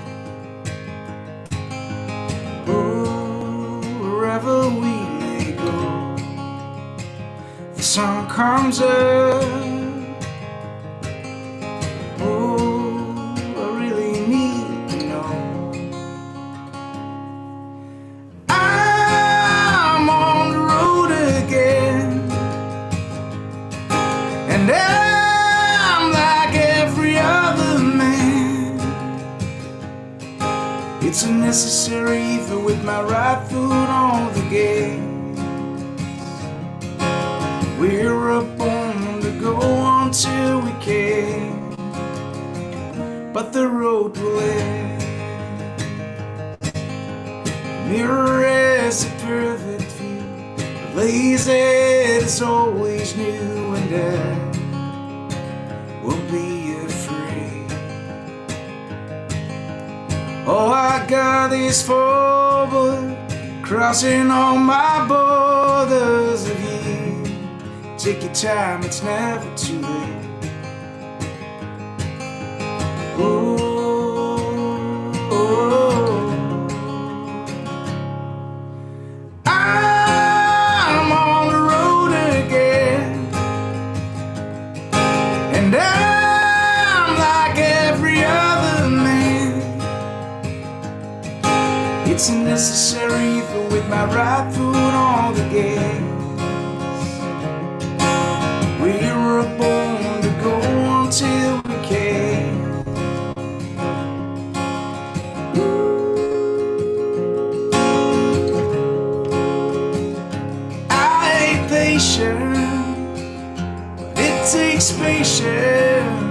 Oh, wherever we may go, the sun comes up. Oh, I really need to know. I'm on the road again, and I'm like every other man. It's a necessary evil with my right foot on the gate. We're born to go until we can, but the road will end. Mirror is a perfect view. The lazy is always new, and I will be afraid. Oh, I got this forward, crossing all my borders of you. Take your time, it's never too late. Oh, I'm on the road again, and I'm like every other man. It's a necessary evil with my right foot on the gate. We were born to go until we can. I ain't patient, but it takes patience.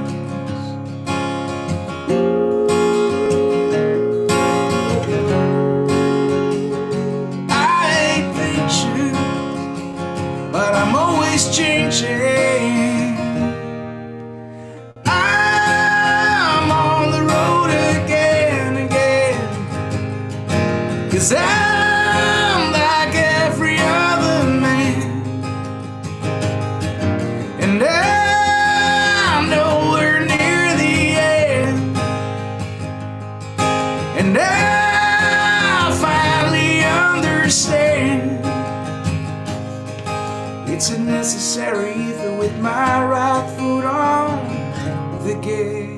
I ain't patient, but I'm always changing. Cause I'm like every other man, and I'm nowhere near the end, and I finally understand. It's a necessary evil with my right foot on the gate.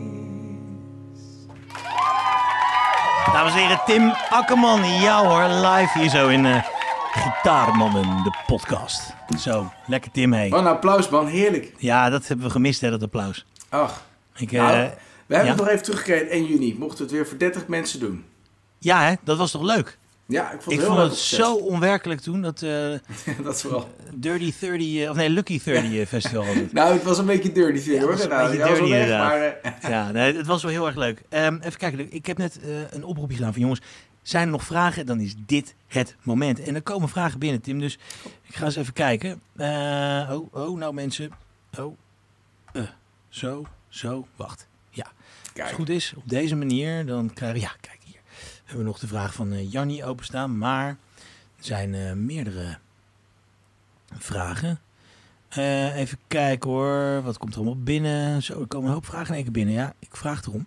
Dames en heren, Tim Akkerman. Ja hoor, live hier zo in Gitaarmannen, de podcast. Zo, lekker Tim, hé. Wat een applaus, man. Heerlijk. Ja, dat hebben we gemist, hè, dat applaus. Ach, we hebben het nog even teruggekregen 1 juni. Mochten we het weer voor 30 mensen doen. Ja, hè, dat was toch leuk? Ja, ik vond het heel leuk. Zo onwerkelijk toen, dat dat vooral. Dirty 30, of nee, Lucky 30 festival. Nou, het was een beetje dirty vind, hoor. Het was een beetje dirty, inderdaad. Ja, nee, het was wel heel erg leuk. Even kijken, ik heb net een oproepje gedaan van jongens. Zijn er nog vragen? Dan is dit het moment. En er komen vragen binnen, Tim. Dus ik ga eens even kijken. Nou mensen. Zo. Wacht. Ja. Kijk. Als het goed is, op deze manier, dan krijgen we... Ja, kijk hier. We hebben nog de vraag van Jannie openstaan. Maar er zijn meerdere vragen. Even kijken hoor. Wat komt er allemaal binnen? Zo, er komen een hoop vragen in één keer binnen. Ja, ik vraag erom.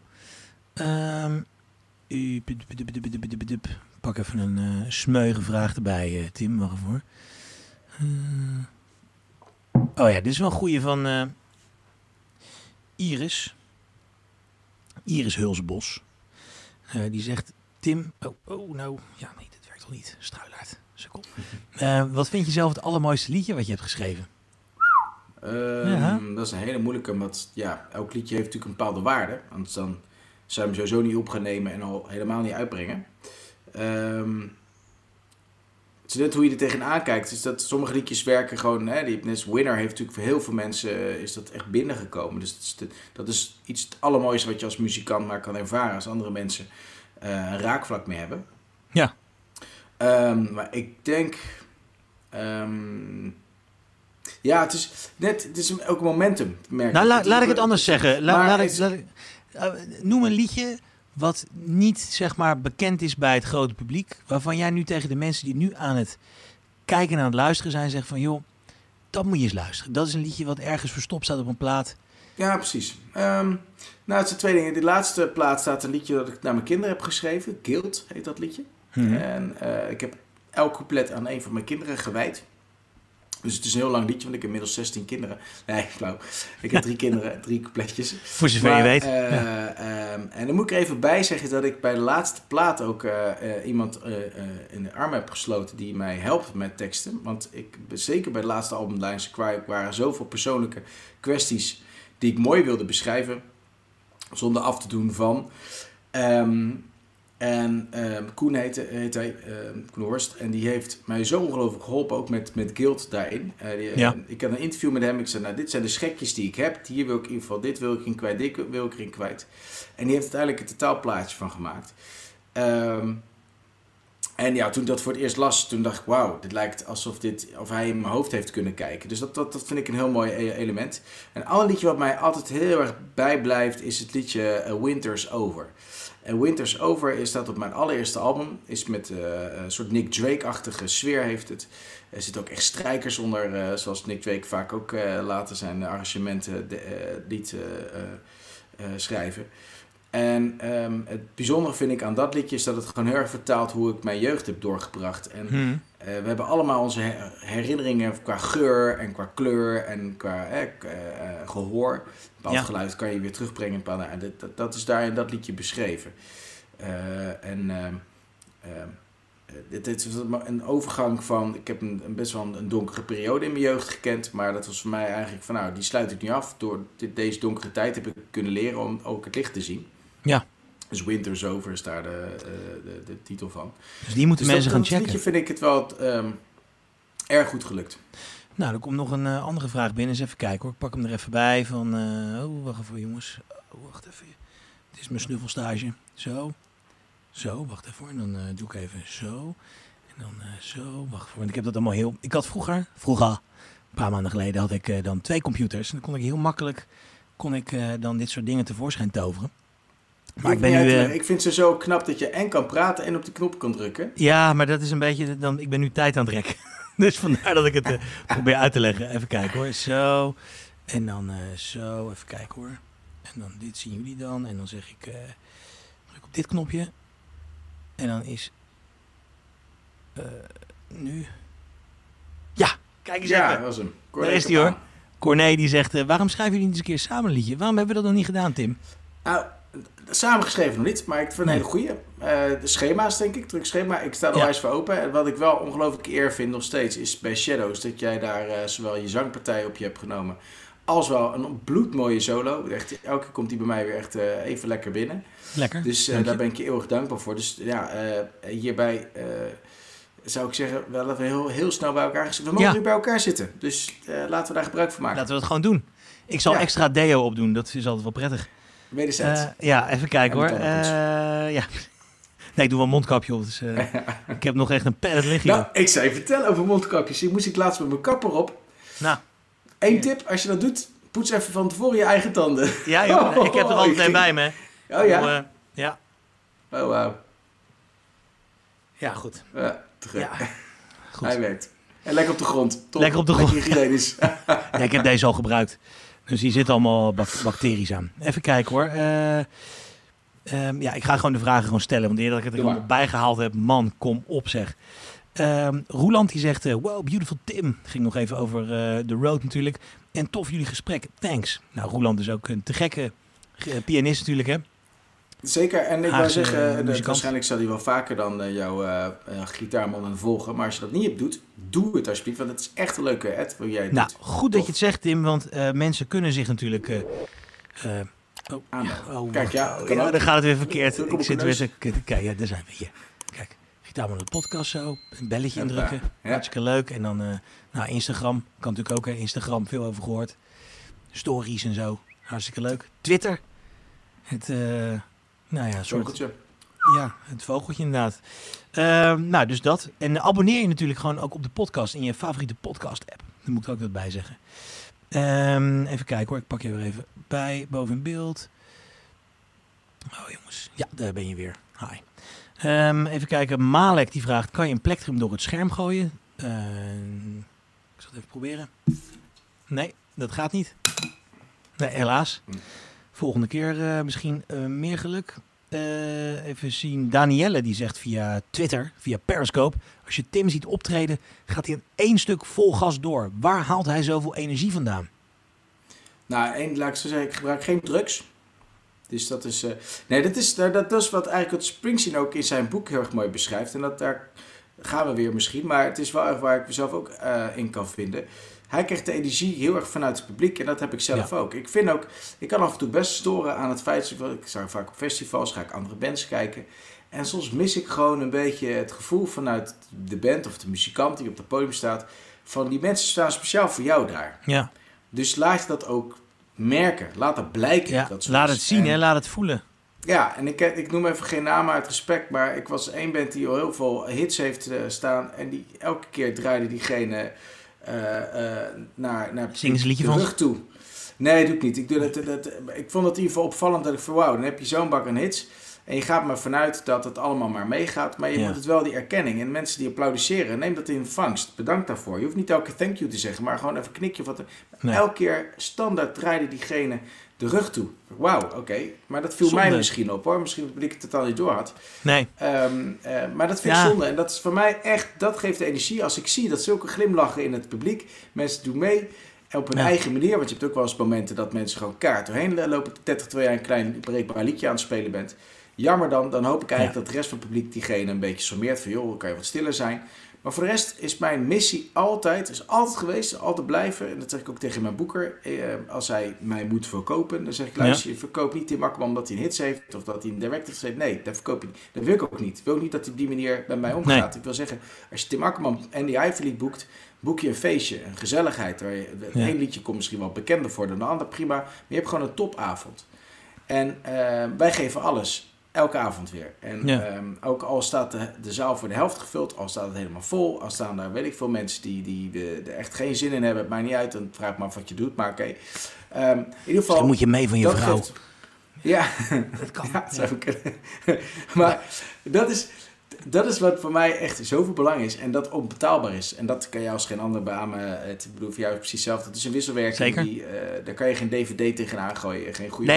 Pak even een smeuïge vraag erbij, Tim. Wacht even hoor. Oh ja, dit is wel een goeie van Iris. Iris Hulsbos. Die zegt, Tim... Ja, nee, dit werkt toch niet. Struilaard. Sukkel. Wat vind je zelf het allermooiste liedje wat je hebt geschreven? Dat is een hele moeilijke, want elk liedje heeft natuurlijk een bepaalde waarde. Anders dan zou je hem sowieso niet op gaan nemen en al helemaal niet uitbrengen. Het is net hoe je er tegenaan kijkt. Is dat sommige liedjes werken gewoon... net Winner heeft natuurlijk voor heel veel mensen is dat echt binnengekomen. Dus dat is iets het allermooiste wat je als muzikant maar kan ervaren. Als andere mensen een raakvlak mee hebben. Ja. Maar ik denk... het is ook een momentum. Laat ik het anders zeggen. Noem een liedje wat niet zeg maar bekend is bij het grote publiek. Waarvan jij nu tegen de mensen die nu aan het kijken en aan het luisteren zijn zegt van joh, dat moet je eens luisteren. Dat is een liedje wat ergens verstopt staat op een plaat. Ja, precies. Het zijn twee dingen. De laatste plaat staat een liedje dat ik naar mijn kinderen heb geschreven. Guilt heet dat liedje. En ik heb elk couplet aan een van mijn kinderen gewijd. Dus het is een heel lang liedje, want ik heb inmiddels 16 kinderen. Nee, flauw. Ik heb 3 kinderen, 3 coupletjes. Voor zover je weet. En dan moet ik er even bij zeggen dat ik bij de laatste plaat ook iemand in de arm heb gesloten die mij helpt met teksten. Want zeker bij de laatste album Lions Cry waren zoveel persoonlijke kwesties die ik mooi wilde beschrijven, zonder af te doen van... Koen heet hij, Koen Horst. En die heeft mij zo ongelooflijk geholpen, ook met Guilt daarin. Ik had een interview met hem. Ik zei, dit zijn de schekjes die ik heb. Hier wil ik in ieder geval, dit wil ik in kwijt, dit wil ik erin kwijt. En die heeft uiteindelijk een totaalplaatje van gemaakt. Toen ik dat voor het eerst las, toen dacht ik, wauw, dit lijkt alsof hij in mijn hoofd heeft kunnen kijken. Dus dat vind ik een heel mooi element. Een ander liedje wat mij altijd heel erg bijblijft, is het liedje Winter's Over. En Winter's Over staat op mijn allereerste album. Is met een soort Nick Drake-achtige sfeer heeft het. Er zitten ook echt strijkers onder, zoals Nick Drake vaak ook later zijn arrangementen liet schrijven. En het bijzondere vind ik aan dat liedje is dat het gewoon heel erg vertaalt hoe ik mijn jeugd heb doorgebracht. En we hebben allemaal onze herinneringen qua geur en qua kleur en qua gehoor. Een bepaald geluid kan je weer terugbrengen. Dat is daar in dat liedje beschreven. Dit is een overgang van... Ik heb best wel een donkere periode in mijn jeugd gekend. Maar dat was voor mij eigenlijk van... die sluit ik nu af. Door deze donkere tijd heb ik kunnen leren om ook het licht te zien. Ja. Dus Winter's Over is daar de titel van. Dus die moeten mensen gaan checken. Dat liedje vind ik het wel erg goed gelukt. Nou, er komt nog een andere vraag binnen. Eens even kijken hoor. Ik pak hem er even bij. Wacht even jongens. Wacht even. Het is mijn snuffelstage. Zo, wacht even hoor. En dan doe ik even zo. En dan zo. Wacht even. Want ik heb dat allemaal heel... Ik had vroeger, een paar maanden geleden, had ik dan 2 computers. En dan kon ik heel makkelijk dan dit soort dingen tevoorschijn toveren. Maar ik vind ze zo knap dat je en kan praten en op de knop kan drukken. Ja, maar dat is een beetje... Ik ben nu tijd aan het rekken. Dus vandaar dat ik het probeer uit te leggen. Even kijken hoor. Zo. En dan zo. Even kijken hoor. En dan dit zien jullie dan. En dan zeg ik... druk op dit knopje. En dan is... nu... Ja, kijk eens even. Ja, dat was hem. Daar is hij hoor. Corné die zegt... waarom schrijven jullie niet eens een keer samen een liedje? Waarom hebben we dat nog niet gedaan, Tim? Nou... Samengeschreven nog niet, maar ik vind het een hele goeie. De schema's, denk ik, drukschema. Ik sta er wijs voor open. En wat ik wel ongelooflijk eer vind nog steeds, is bij Shadows dat jij daar zowel je zangpartij op je hebt genomen, als wel een bloedmooie solo. Echt, elke keer komt die bij mij weer echt even lekker binnen. Lekker. Dus daar ben ik je eeuwig dankbaar voor. Dus hierbij zou ik zeggen, wel dat we heel snel bij elkaar zitten. We mogen nu bij elkaar zitten. Dus laten we daar gebruik van maken. Laten we het gewoon doen. Ik zal extra deo opdoen, dat is altijd wel prettig. Even kijken hoor. Nee, ik doe wel een mondkapje op. Dus, ik heb nog echt een pallet liggen. Nou, ik zou je vertellen over mondkapjes. Die moest ik laatst met mijn kapper op. Nou. 1 tip, als je dat doet, poets even van tevoren je eigen tanden. Ja joh, ik heb er altijd een bij me. Oh ja? Ja. Oh wauw. Ja, goed. Goed. Hij werkt. En lekker op de grond. Top. Lekker op de grond. Hygiënisch. Ja, ik heb deze al gebruikt. Dus hier zitten allemaal bacteriën aan. Even kijken hoor. Ik ga gewoon de vragen stellen. Want eerder dat ik het er allemaal bijgehaald heb. Man, kom op zeg. Roeland die zegt... wow, beautiful Tim. Ging nog even over de road natuurlijk. En tof jullie gesprek. Thanks. Nou, Roeland is ook een te gekke pianist natuurlijk hè. Zeker, en ik wou Haagse zeggen, muzikant. waarschijnlijk zal hij wel vaker dan jouw gitaarman volgen. Maar als je dat niet hebt doet, doe het alsjeblieft. Want het is echt een leuke ad wat jij Nou, doet. goed dat je het zegt, Tim, want mensen kunnen zich natuurlijk... Kijk, kan ook. dan gaat het weer verkeerd. Druk op Ik zit mijn weer neus. te... Kijk, ja, daar zijn we hier. Kijk, Gitaarman de podcast zo. Een belletje indrukken. Ja. Hartstikke leuk. En dan Instagram. Kan natuurlijk ook, hè. Instagram, veel over gehoord. Stories en zo. Hartstikke leuk. Twitter. Het, soort... Vogeltje. Ja, het vogeltje inderdaad. Dus dat. En abonneer je natuurlijk gewoon ook op de podcast in je favoriete podcast app. Daar moet ik ook wat bij zeggen. Even kijken hoor, ik pak je weer even bij, boven in beeld. Oh jongens, ja, daar ben je weer. Hi. Even kijken, Malek die vraagt, kan je een plektrum door het scherm gooien? Ik zal het even proberen. Nee, dat gaat niet. Nee, helaas. Volgende keer misschien meer geluk. Even zien, Danielle die zegt via Twitter, via Periscope, als je Tim ziet optreden, gaat hij in één stuk vol gas door. Waar haalt hij zoveel energie vandaan? Nou, laat ik zo zeggen, ik gebruik geen drugs. Dus dat is... dat is wat eigenlijk wat Springsteen ook in zijn boek heel erg mooi beschrijft. En daar gaan we weer misschien. Maar het is wel erg waar ik mezelf ook in kan vinden. Hij krijgt de energie heel erg vanuit het publiek. En dat heb ik zelf ook. Ik vind ook... Ik kan af en toe best storen aan het feit... Ik sta vaak op festivals, ga ik andere bands kijken. En soms mis ik gewoon een beetje het gevoel vanuit de band of de muzikant die op het podium staat. Van die mensen staan speciaal voor jou daar. Ja. Dus laat je dat ook merken. Laat dat blijken. Ja, dat laat het zien, hè? Laat het voelen. Ja, en ik noem even geen namen uit respect, maar ik was één band die al heel veel hits heeft staan. En die elke keer draaide diegene naar Zing eens een liedje de van rug toe. Nee, doe ik niet. Ik vond het in ieder geval opvallend dat ik van wauw, dan heb je zo'n bak aan hits. En je gaat maar vanuit dat het allemaal maar meegaat. Maar je moet het wel die erkenning. En mensen die applaudisseren, neem dat in vangst. Bedankt daarvoor. Je hoeft niet elke keer thank you te zeggen, maar gewoon even een knikje. Elke keer standaard draaide diegene de rug toe. Wauw, oké. Maar dat viel zonde. mij misschien op hoor. Misschien dat ik het totaal niet door had. Nee. Maar dat vind ik zonde. En dat is voor mij echt, dat geeft energie. Als ik zie dat zulke glimlachen in het publiek. Mensen doen mee. Op hun eigen manier. Want je hebt ook wel eens momenten dat mensen gewoon kaart doorheen lopen. 30 terwijl jij een klein breekbaar liedje aan het spelen bent. Jammer dan hoop ik eigenlijk dat de rest van het publiek diegene een beetje sommeert. Van joh, kan je wat stiller zijn. Maar voor de rest is mijn missie altijd geweest, altijd blijven. En dat zeg ik ook tegen mijn boeker. Als hij mij moet verkopen, dan zeg ik luister, je verkoopt niet Tim Akkerman omdat hij een hits heeft. Of dat hij een direct heeft gezegd. Nee, dat verkoop je niet. Dat wil ik ook niet. Ik wil ook niet dat hij op die manier bij mij omgaat. Nee. Ik wil zeggen, als je Tim Akkerman en die Ivy League boekt, boek je een feestje, een gezelligheid. Waar één liedje komt misschien wel bekender voor dan de ander, prima. Maar je hebt gewoon een topavond. En wij geven alles. Elke avond weer. En ook al staat de zaal voor de helft gevuld, al staat het helemaal vol, al staan daar weet ik veel mensen die er echt geen zin in hebben, het maakt niet uit, dan vraag ik me af wat je doet, maar oké. In ieder geval... Dan moet je mee van je vrouw. Ja, dat kan. Ja, dat zou kunnen. Maar dat is wat voor mij echt zoveel belang is en dat onbetaalbaar is. En dat kan jij als geen ander beamen. Ik bedoel, voor jou is precies hetzelfde. Het is een wisselwerking. Zeker. Daar kan je geen DVD tegenaan gooien. Geen goede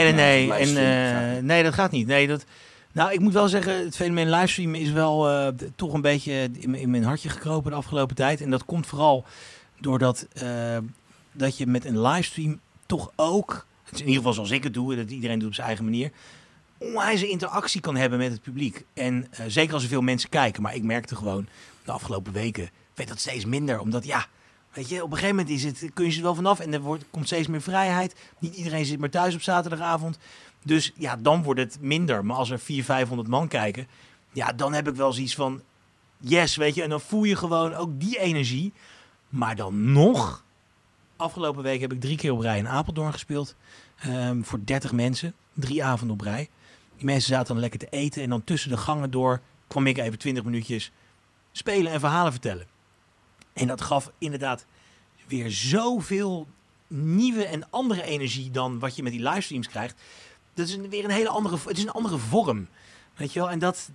Nee, dat gaat niet. Nou, ik moet wel zeggen, het fenomeen livestreamen is wel toch een beetje in mijn hartje gekropen de afgelopen tijd. En dat komt vooral doordat dat je met een livestream toch ook, in ieder geval zoals ik het doe, dat iedereen doet op zijn eigen manier, onwijze interactie kan hebben met het publiek. En zeker als er veel mensen kijken. Maar ik merkte gewoon de afgelopen weken, werd dat steeds minder. Omdat weet je, op een gegeven moment kun je ze er wel vanaf en komt steeds meer vrijheid. Niet iedereen zit maar thuis op zaterdagavond. Dus ja, dan wordt het minder. Maar als er 400-500 man kijken, ja, dan heb ik wel zoiets van yes, weet je. En dan voel je gewoon ook die energie. Maar dan nog, afgelopen week heb ik 3 keer op rij in Apeldoorn gespeeld. Voor 30 mensen, 3 avonden op rij. Die mensen zaten dan lekker te eten. En dan tussen de gangen door kwam ik even 20 minuutjes spelen en verhalen vertellen. En dat gaf inderdaad weer zoveel nieuwe en andere energie dan wat je met die livestreams krijgt. Dat is weer een andere vorm. Weet je wel? En dat,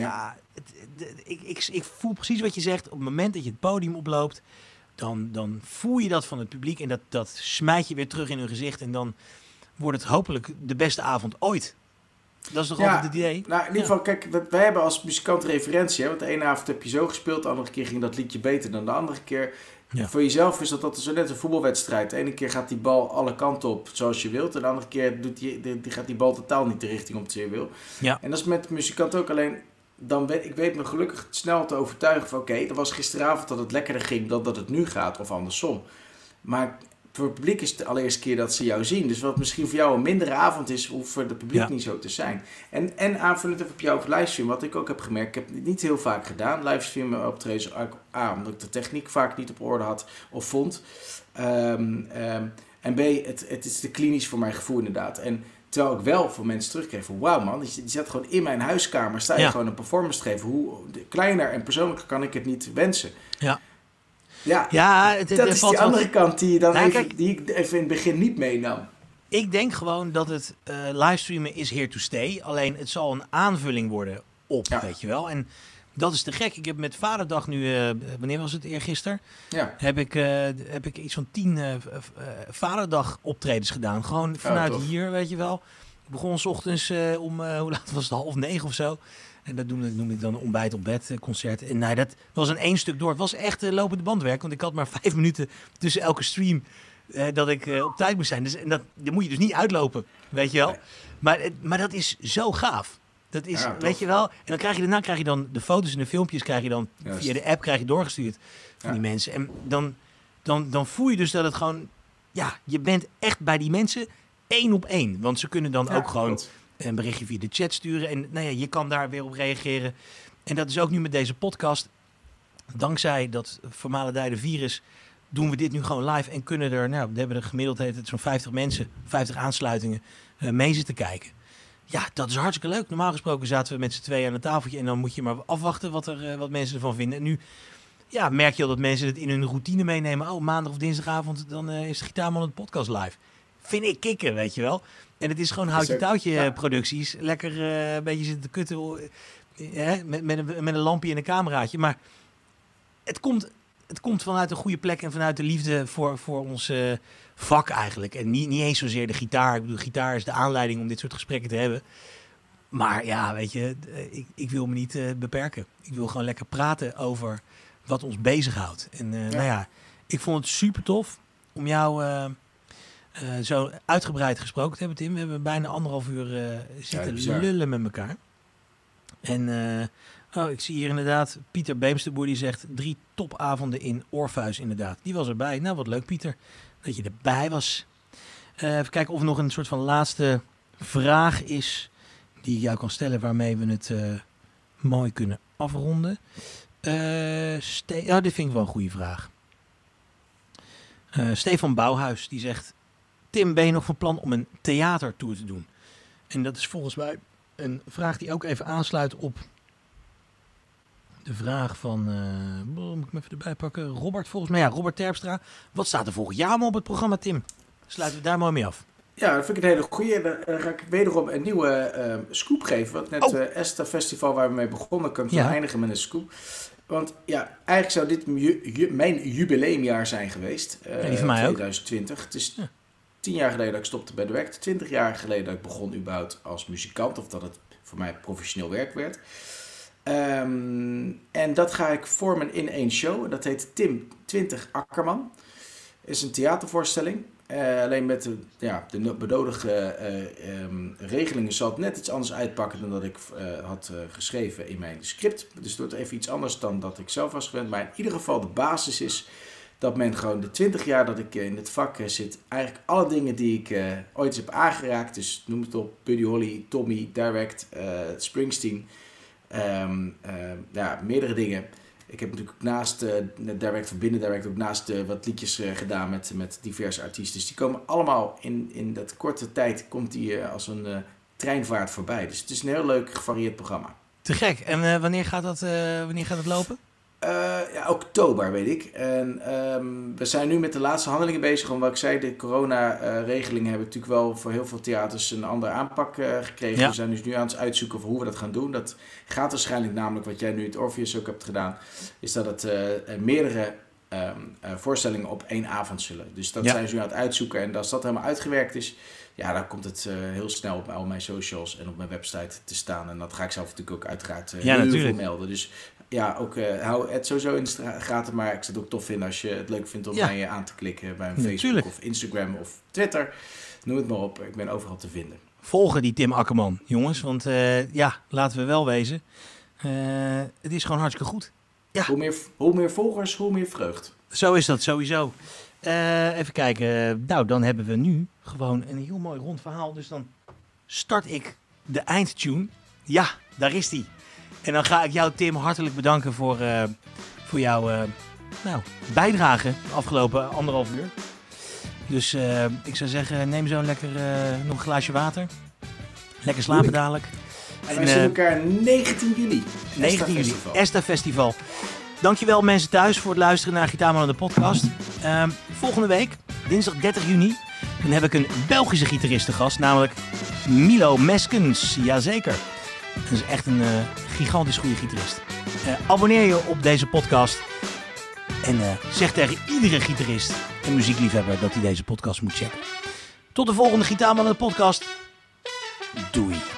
ik voel precies wat je zegt. Op het moment dat je het podium oploopt, dan voel je dat van het publiek en dat smijt je weer terug in hun gezicht. En dan wordt het hopelijk de beste avond ooit. Dat is toch altijd het idee? Nou, in ieder geval, kijk, wij hebben als muzikant referentie. Hè? Want de ene avond heb je zo gespeeld, de andere keer ging dat liedje beter dan de andere keer. Ja. Voor jezelf is dat zo net een voetbalwedstrijd. De ene keer gaat die bal alle kanten op zoals je wilt. En de andere keer gaat die bal totaal niet de richting op die je wil. Ja. En dat is met muzikant ook. Alleen, ik weet me gelukkig snel te overtuigen van... Oké, dat was gisteravond dat het lekkerder ging dan dat het nu gaat. Of andersom. Maar voor het publiek is het de allereerste keer dat ze jou zien. Dus wat misschien voor jou een mindere avond is... hoeft voor het publiek niet zo te zijn. En aanvullend even op jouw livestream. Wat ik ook heb gemerkt. Ik heb het niet heel vaak gedaan. Livestream optredens. Omdat ik de techniek vaak niet op orde had of vond. En B, het is te klinisch voor mijn gevoel inderdaad. En terwijl ik wel voor mensen terugkreeg van... Wauw man, die zat gewoon in mijn huiskamer. Sta je gewoon een performance te geven. Hoe kleiner en persoonlijker kan ik het niet wensen. Ja. Ja, dat is die andere kant die je dan die ik even in het begin niet meenam. Ik denk gewoon dat het livestreamen is here to stay. Alleen het zal een aanvulling worden op, weet je wel. En dat is te gek. Ik heb met Vaderdag nu, wanneer was het, eergisteren? Ja. Heb ik iets van 10 Vaderdag optredens gedaan. Gewoon vanuit hier, weet je wel. Ik begon 's ochtends om, hoe laat was het, 8:30 of zo. En dat noem ik dan een ontbijt op bed concert. En nee, dat was een 1 stuk door. Het was echt lopende bandwerk. Want ik had maar 5 minuten tussen elke stream dat ik op tijd moest zijn. Dus, en dat moet je dus niet uitlopen, weet je wel. Nee. Maar dat is zo gaaf. Dat is, weet je wel. En dan krijg je dan de foto's en de filmpjes krijg je dan via de app krijg je doorgestuurd van die mensen. En dan voel je dus dat het gewoon, je bent echt bij die mensen 1 op 1. Want ze kunnen dan ook gewoon een berichtje via de chat sturen. En je kan daar weer op reageren. En dat is ook nu met deze podcast. Dankzij dat vermalendijde virus doen we dit nu gewoon live. En kunnen we hebben er gemiddeld zo'n 50 mensen, 50 aansluitingen mee zitten kijken. Ja, dat is hartstikke leuk. Normaal gesproken zaten we met z'n tweeën aan een tafeltje. En dan moet je maar afwachten wat mensen ervan vinden. En nu merk je al dat mensen het in hun routine meenemen. Oh, maandag of dinsdagavond, dan is de Gitaarman het podcast live. Vind ik kicken, weet je wel. En het is gewoon houtje-touwtje producties. Lekker een beetje zitten te kutten met een lampje en een cameraatje. Maar het komt vanuit een goede plek en vanuit de liefde voor ons vak eigenlijk. En niet eens zozeer de gitaar. Ik bedoel, gitaar is de aanleiding om dit soort gesprekken te hebben. Maar weet je, ik wil me niet beperken. Ik wil gewoon lekker praten over wat ons bezighoudt. En ik vond het super tof om jou zo uitgebreid gesproken te hebben, Tim. We hebben bijna 1,5 uur zitten lullen met elkaar. En ik zie hier inderdaad Pieter Beemsterboer die zegt 3 topavonden in Orpheus inderdaad. Die was erbij. Nou, wat leuk Pieter dat je erbij was. Even kijken of er nog een soort van laatste vraag is die ik jou kan stellen waarmee we het mooi kunnen afronden. Dit vind ik wel een goede vraag. Stefan Bouwhuis die zegt: Tim, ben je nog van plan om een theatertour te doen? En dat is volgens mij een vraag die ook even aansluit op de vraag van, moet ik hem even erbij pakken, Robert volgens mij. Ja, Robert Terpstra. Wat staat er volgend jaar op het programma, Tim? Sluiten we daar mooi mee af. Ja, dat vind ik een hele goeie. Dan ga ik wederom een nieuwe scoop geven. Want net Esta Festival waar we mee begonnen, kan ik eindigen met een scoop. Want eigenlijk zou dit mijn jubileumjaar zijn geweest. Die van mij 2020. Het is 10 jaar geleden dat ik stopte bij de werk. 20 jaar geleden dat ik begon überhaupt als muzikant. Of dat het voor mij professioneel werk werd. En dat ga ik vormen in 1 show. Dat heet Tim 20 Akkerman. Is een theatervoorstelling. Alleen met de benodigde regelingen zal het net iets anders uitpakken dan dat ik had geschreven in mijn script. Dus het wordt even iets anders dan dat ik zelf was gewend. Maar in ieder geval de basis is dat men gewoon de 20 jaar dat ik in het vak zit, eigenlijk alle dingen die ik ooit heb aangeraakt, dus noem het op, Buddy Holly, Tommy, Direct, Springsteen, meerdere dingen. Ik heb natuurlijk naast Direct van binnen Direct ook naast wat liedjes gedaan met diverse artiesten. Dus die komen allemaal in dat korte tijd komt die als een treinvaart voorbij. Dus het is een heel leuk gevarieerd programma. Te gek. En wanneer gaat het lopen? Oktober weet ik. En we zijn nu met de laatste handelingen bezig. Omdat ik zei, de corona-regelingen hebben natuurlijk wel voor heel veel theaters een andere aanpak gekregen. Ja. We zijn dus nu aan het uitzoeken voor hoe we dat gaan doen. Dat gaat waarschijnlijk namelijk, wat jij nu het Orpheus ook hebt gedaan, is dat het meerdere voorstellingen op 1 avond zullen. Dus dat zijn ze nu aan het uitzoeken. En als dat helemaal uitgewerkt is, ja, dan komt het heel snel op al mijn socials en op mijn website te staan. En dat ga ik zelf natuurlijk ook uiteraard heel veel melden. Dus ja, ook hou het sowieso in de gaten. Maar ik zou het ook tof vinden als je het leuk vindt om mij aan te klikken bij een Facebook of Instagram of Twitter. Noem het maar op. Ik ben overal te vinden. Volgen die Tim Akkerman, jongens. Want laten we wel wezen. Het is gewoon hartstikke goed. Ja. Hoe meer volgers, hoe meer vreugd. Zo is dat sowieso. Even kijken. Nou, dan hebben we nu gewoon een heel mooi rond verhaal. Dus dan start ik de eindtune. Ja, daar is die. En dan ga ik jou, Tim, hartelijk bedanken voor jouw bijdrage de afgelopen 1,5 uur. Dus ik zou zeggen, neem zo lekker nog een glaasje water. Lekker slapen dadelijk. En wij zien elkaar 19 juli. 19 juli, ESTA Festival. Dankjewel mensen thuis voor het luisteren naar Gitaarmannen de podcast. Volgende week, dinsdag 30 juni, dan heb ik een Belgische gitarist te gast, namelijk Milo Meskens. Jazeker. Dat is echt een gigantisch goede gitarist. Abonneer je op deze podcast en zeg tegen iedere gitarist en muziekliefhebber dat hij deze podcast moet checken. Tot de volgende Gitaarmannen de podcast. Doei.